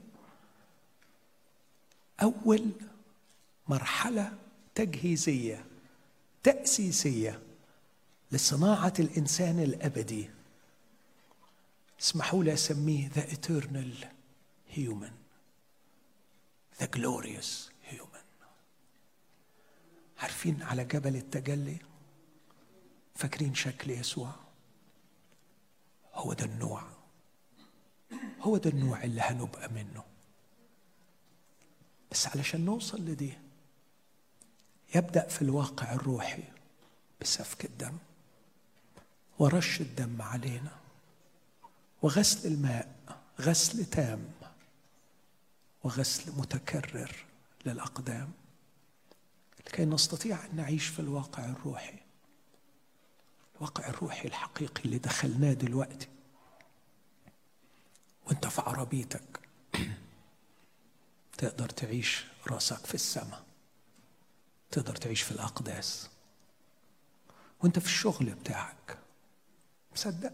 أول مرحلة تجهيزية تأسيسية لصناعة الإنسان الأبدي، اسمحوا لي أسميه The Eternal Human، The Glorious Human. عارفين على جبل التجلي فاكرين شكل يسوع؟ هو ده النوع، هو ده النوع اللي هنبقى منه. بس علشان نوصل لدي يبدأ في الواقع الروحي بسفك الدم ورش الدم علينا وغسل الماء غسل تام وغسل متكرر للأقدام، لكي نستطيع أن نعيش في الواقع الروحي، الواقع الروحي الحقيقي اللي دخلناه دلوقتي. وانت في عربيتك تقدر تعيش راسك في السماء، تقدر تعيش في الأقداس. وانت في الشغل بتاعك مصدق؟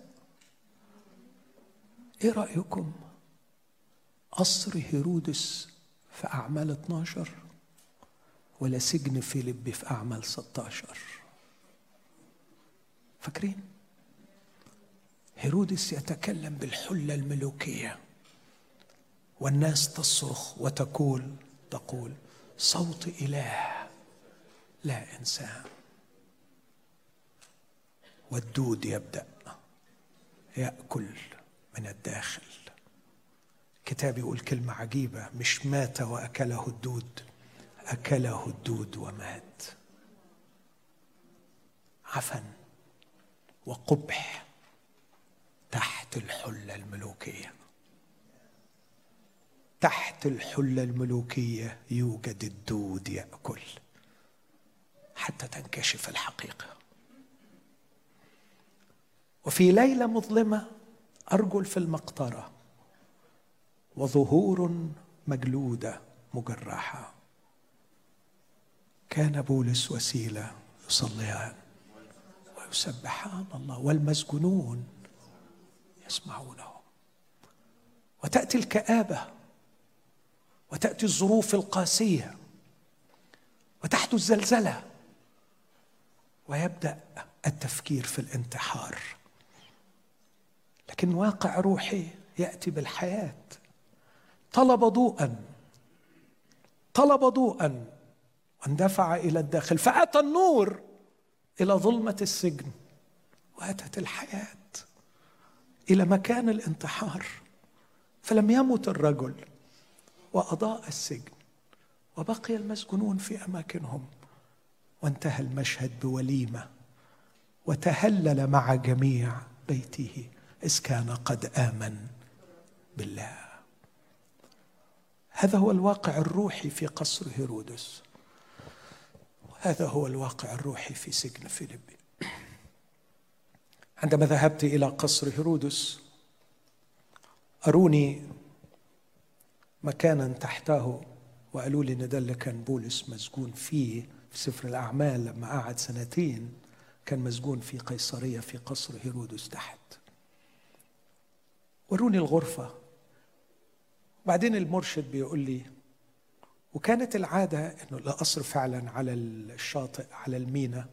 ايه رأيكم قصر هيرودس في أعمال 12 ولا سجن فيليب في أعمال 16؟ فاكرين؟ هيرودس يتكلم بالحلة الملوكية والناس تصرخ وتقول صوت إله لا إنسان. والدود يبدأ يأكل من الداخل. كتاب يقول كلمة عجيبة، مش مات وأكله الدود، أكله الدود ومات. عفن وقبح تحت الحلة الملوكية. تحت الحلة الملوكية يوجد الدود يأكل حتى تنكشف الحقيقة. وفي ليلة مظلمة أرجل في المقطرة وظهور مجلودة مجرحة، كان بولس وسيلة يصليان ويسبحان الله والمسجونون يسمعونه. وتأتي الكآبة وتأتي الظروف القاسية وتحدث زلزلة ويبدأ التفكير في الانتحار. لكن واقع روحي يأتي بالحياة. طلب ضوءا واندفع إلى الداخل، فأتى النور إلى ظلمة السجن، وأتت الحياة إلى مكان الانتحار. فلم يمت الرجل وأضاء السجن وبقي المسجونون في أماكنهم، وانتهى المشهد بوليمة وتهلل مع جميع بيته إذ كان قد آمن بالله. هذا هو الواقع الروحي في قصر هيرودس، وهذا هو الواقع الروحي في سجن فيليبي. عندما ذهبت إلى قصر هيرودس أروني مكانا تحته وقالوا لي إن ده اللي كان بولس مسجون فيه. في سفر الأعمال لما قعد 2 كان مسجون في قيصرية في قصر هيرودس تحت. وروني الغرفة، وبعدين المرشد بيقول لي، وكانت العادة إنه القصر فعلا على الشاطئ على الميناء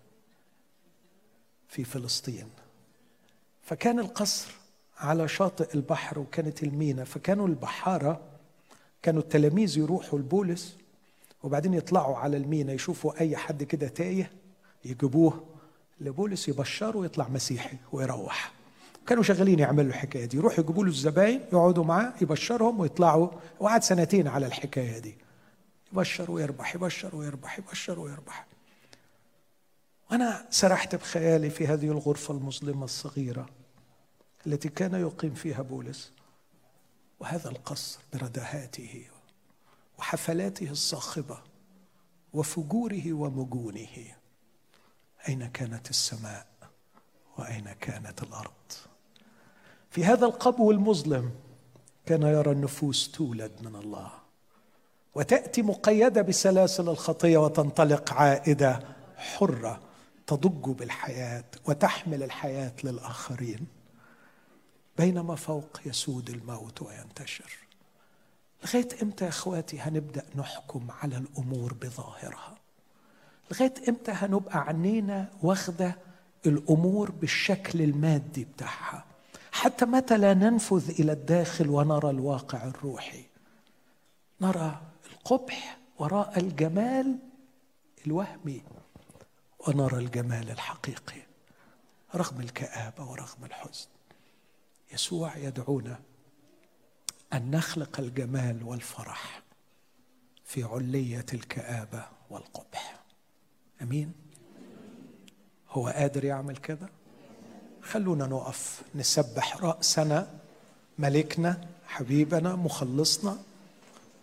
في فلسطين، فكان القصر على شاطئ البحر وكانت الميناء، فكانوا البحارة كانوا التلاميذ يروحوا لبولس وبعدين يطلعوا على الميناء يشوفوا أي حد كده تايه يجيبوه لبولس يبشره ويطلع مسيحي ويروح. كانوا شغالين يعملوا الحكاية دي، يروحوا يجيبوا له الزباين يقعدوا معاه يبشرهم ويطلعوا. وقعد 2 على الحكاية دي، يبشر ويربح، يبشر ويربح، يبشر ويربح. وأنا سرحت بخيالي في هذه الغرفة المظلمة الصغيرة التي كان يقيم فيها بولس، وهذا القصر بردهاته وحفلاته الصاخبة وفجوره ومجونه. أين كانت السماء وأين كانت الأرض؟ في هذا القبو المظلم كان يرى النفوس تولد من الله وتأتي مقيدة بسلاسل الخطية وتنطلق عائدة حرة تضج بالحياة وتحمل الحياة للآخرين، بينما فوق يسود الموت وينتشر. لغاية إمتى يا أخواتي هنبدأ نحكم على الأمور بظاهرها؟ لغاية إمتى هنبقى عنينا واخدة الأمور بالشكل المادي بتاعها؟ حتى متى لا ننفذ إلى الداخل ونرى الواقع الروحي، نرى القبح وراء الجمال الوهمي ونرى الجمال الحقيقي رغم الكآبة ورغم الحزن. يسوع يدعونا أن نخلق الجمال والفرح في علية الكآبة والقبح. أمين؟ هو قادر يعمل كده؟ خلونا نقف نسبح رأسنا، ملكنا، حبيبنا، مخلصنا،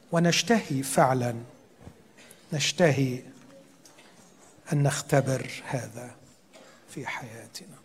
ونشتهي فعلا، نشتهي أن نختبر هذا في حياتنا.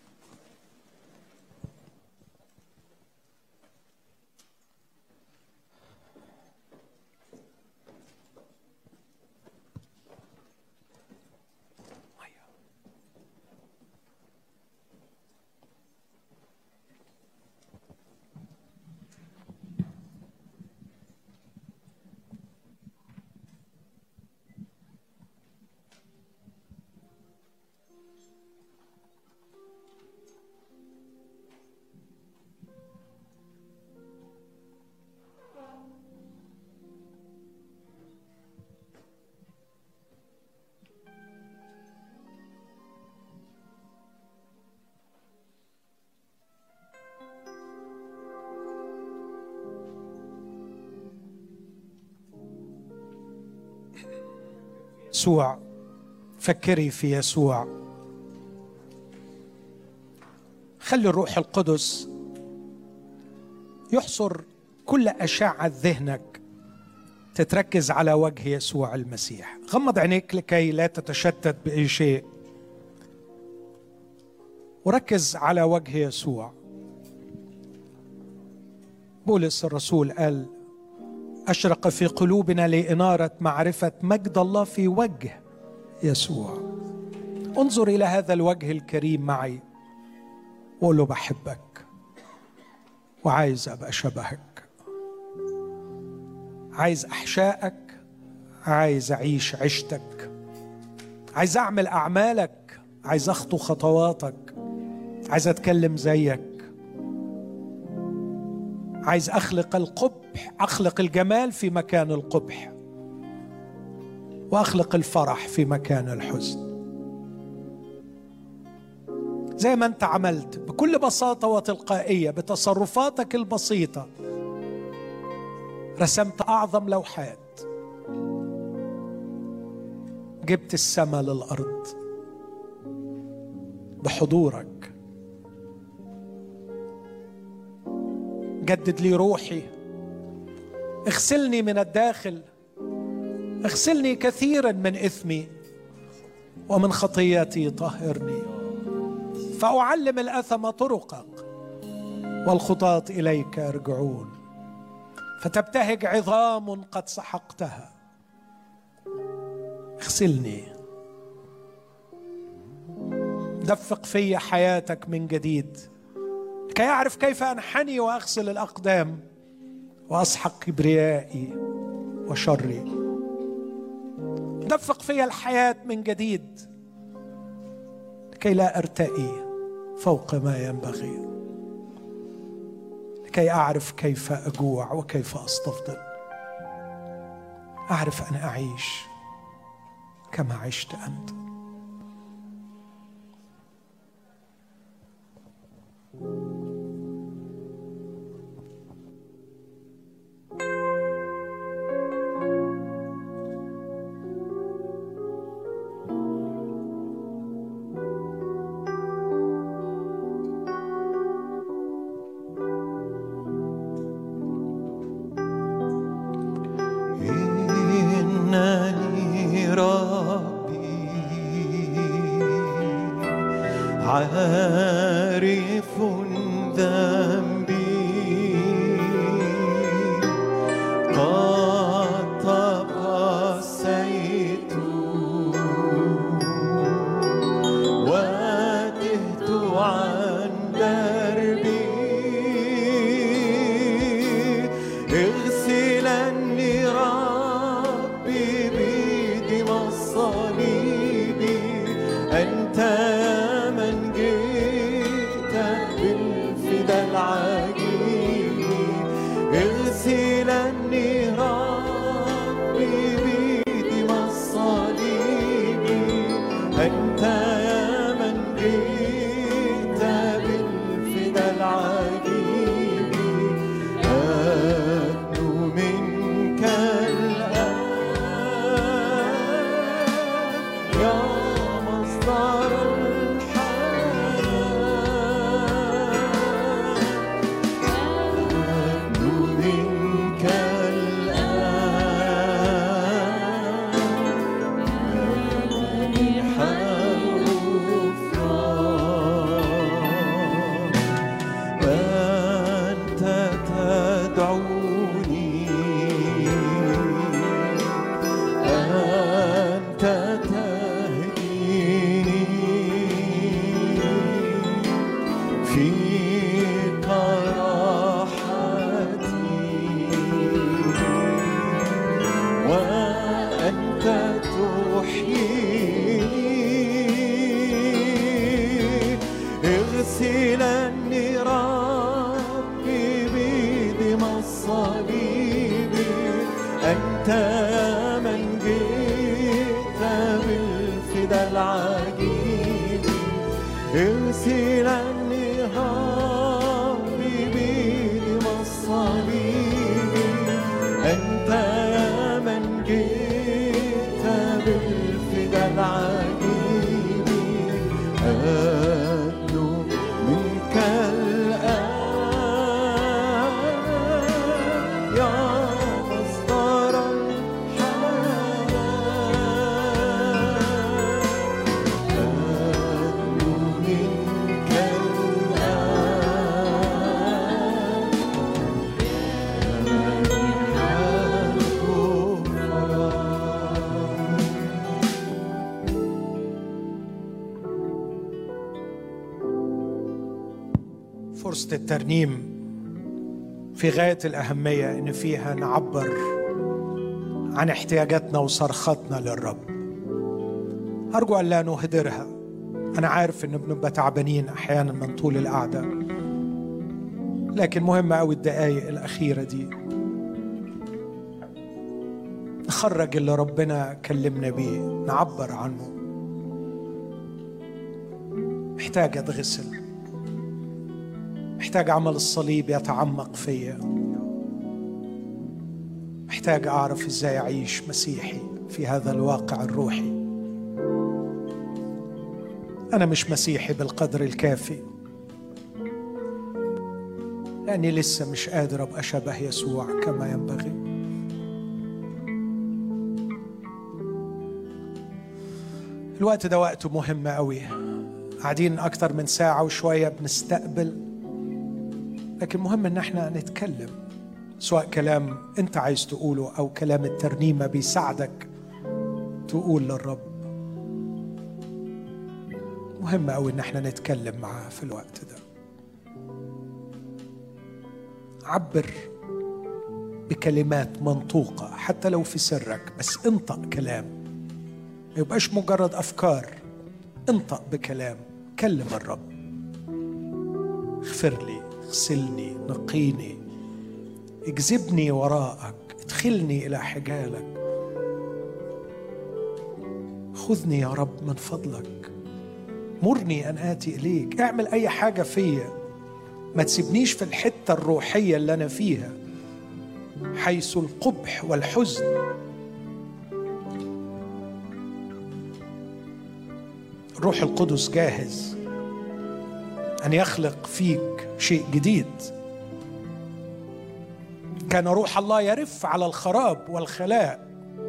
يسوع، فكري في يسوع. خلي الروح القدس يحصر كل أشعة ذهنك تتركز على وجه يسوع المسيح. غمض عينيك لكي لا تتشتت بأي شيء، وركز على وجه يسوع. بولس الرسول قال: أشرق في قلوبنا لإنارة معرفة مجد الله في وجه يسوع. انظر إلى هذا الوجه الكريم معي وقول له: بحبك وعايز أبقى شبهك، عايز أحشائك، عايز أعيش عشتك، عايز أعمل أعمالك، عايز أخطو خطواتك، عايز أتكلم زيك، عايز أخلق القبح، أخلق الجمال في مكان القبح، وأخلق الفرح في مكان الحزن. زي ما أنت عملت بكل بساطة وتلقائية بتصرفاتك البسيطة، رسمت أعظم لوحات، جبت السماء للأرض بحضورك. جدد لي روحي، اغسلني من الداخل، اغسلني كثيرا من إثمي ومن خطياتي طهرني، فأعلم الأثم طرقك والخطاة إليك يرجعون، فتبتهج عظام قد سحقتها. اغسلني، دفق في حياتك من جديد كي أعرف كيف أنحني وأغسل الأقدام وأسحق كبريائي وشري. دفق في الحياة من جديد لكي لا أرتقي فوق ما ينبغي، لكي أعرف كيف أجوع وكيف أستفضل، أعرف أن أعيش كما عشت أنت. عارف ذنبي قد تقاسيت وتهت عن دربي، اغسلني ربي بدم الصليب، أنت من جئت بالفداء أنت يا من جئت بالفدا العجيب ارسل النهار ببيد الصليب. أنت يا من جئت بالفدا العجيب أدنو منك الآن يا فرصة الترنيم في غاية الأهمية إن فيها نعبر عن احتياجاتنا وصرختنا للرب. أرجو أن لا نهدرها. أنا عارف إن بنبقى تعبانين أحيانا من طول القعدة، لكن مهمة أوي الدقايق الأخيرة دي نخرج اللي ربنا كلمنا بيه، نعبر عنه. محتاج أتغسل، محتاج عمل الصليب يتعمق فيا، محتاج أعرف إزاي أعيش مسيحي في هذا الواقع الروحي. أنا مش مسيحي بالقدر الكافي لأني لسه مش قادر أبقى شبه يسوع كما ينبغي. الوقت ده وقته مهم قوي، قاعدين أكتر من ساعة وشوية بنستقبل، لكن مهم إن احنا نتكلم، سواء كلام أنت عايز تقوله أو كلام الترنيمة بيساعدك تقول للرب. مهم قوي إن احنا نتكلم معاه في الوقت ده. عبر بكلمات منطوقة حتى لو في سرك، بس انطق كلام، ما يبقاش مجرد أفكار. انطق بكلام، كلم الرب. اغفر لي، اغسلني، نقيني، اجذبني وراءك، ادخلني إلى حجالك، خذني يا رب من فضلك، مرني أن آتي إليك. اعمل أي حاجة فيا، ما تسيبنيش في الحتة الروحية اللي أنا فيها حيث القبح والحزن. الروح القدس جاهز أن يخلق فيك شيء جديد. كان روح الله يرف على الخراب والخلاء،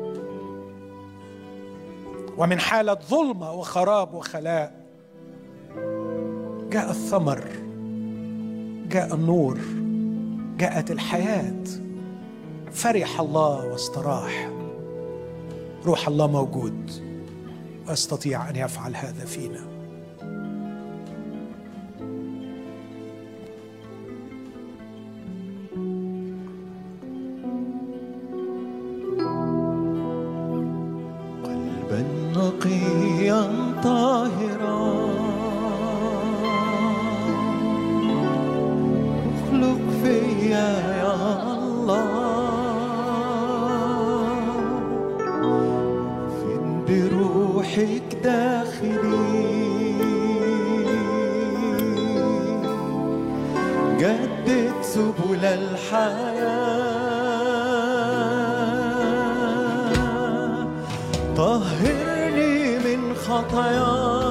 ومن حالة ظلمة وخراب وخلاء جاء الثمر، جاء النور، جاءت الحياة. فرح الله واستراح. روح الله موجود ويستطيع أن يفعل هذا فينا. قلبا نقيا طاهرا اخلق فيا يا الله، فين بروحك داخلي، جدد سبل الحياة، طهرني من خطاياي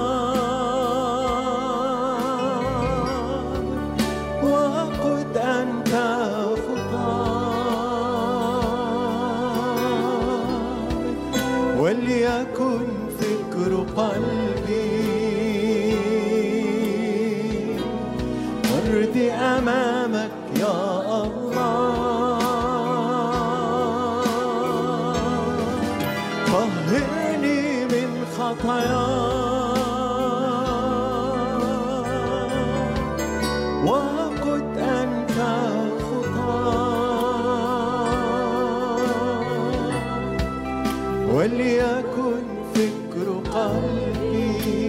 وقد أنت خطاي، وليكن فكر قلبي وردي أمامك يا الله، طهرني من خطاياي وقد أنت خطاي، وليكن فكر قلبي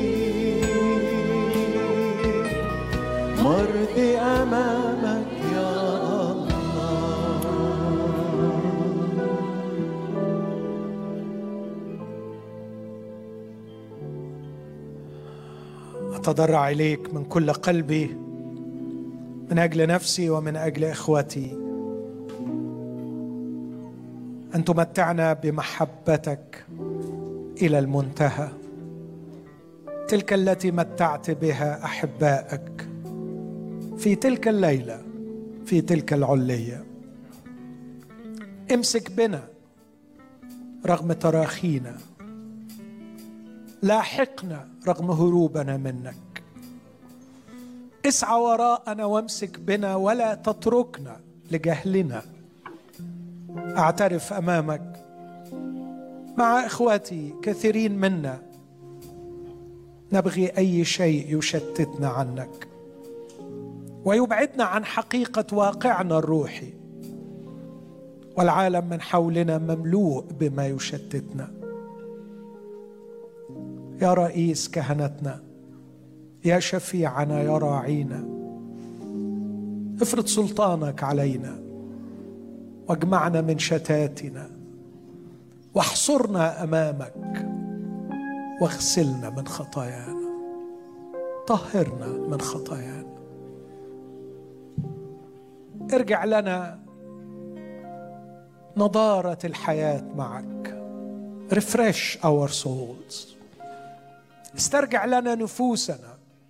مرضي أمامك يا الله. أتضرع إليك من كل قلبي، من أجل نفسي ومن أجل إخوتي، أن تمتعنا بمحبتك إلى المنتهى، تلك التي متعت بها أحبائك في تلك الليلة، في تلك العلية. امسك بنا رغم تراخينا، لاحقنا رغم هروبنا منك، اسعى وراءنا وامسك بنا ولا تتركنا لجهلنا. أعترف أمامك مع إخواتي كثيرين منا نبغي أي شيء يشتتنا عنك ويبعدنا عن حقيقة واقعنا الروحي، والعالم من حولنا مملوء بما يشتتنا. يا رئيس كهنتنا، يا شفيعنا، يا راعينا، افرض سلطانك علينا واجمعنا من شتاتنا واحصرنا أمامك واغسلنا من خطايانا، طهرنا من خطايانا. ارجع لنا نضارة الحياة معك. refresh our souls. استرجع لنا نفوسنا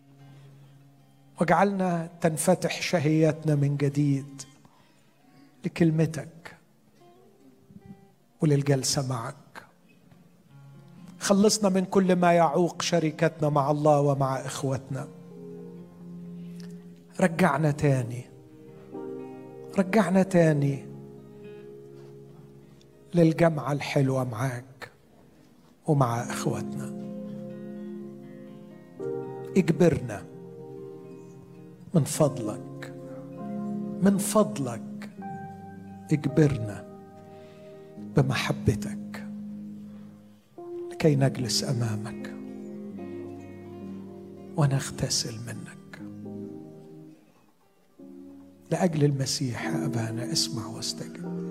واجعلنا تنفتح شهيتنا من جديد لكلمتك وللجلسة معك. خلصنا من كل ما يعوق شركتنا مع الله ومع إخوتنا. رجعنا تاني للجمعة الحلوة معاك ومع إخوتنا. اجبرنا من فضلك اجبرنا بمحبتك لكي نجلس أمامك ونغتسل منك. لأجل المسيح يا أبانا اسمع واستجب.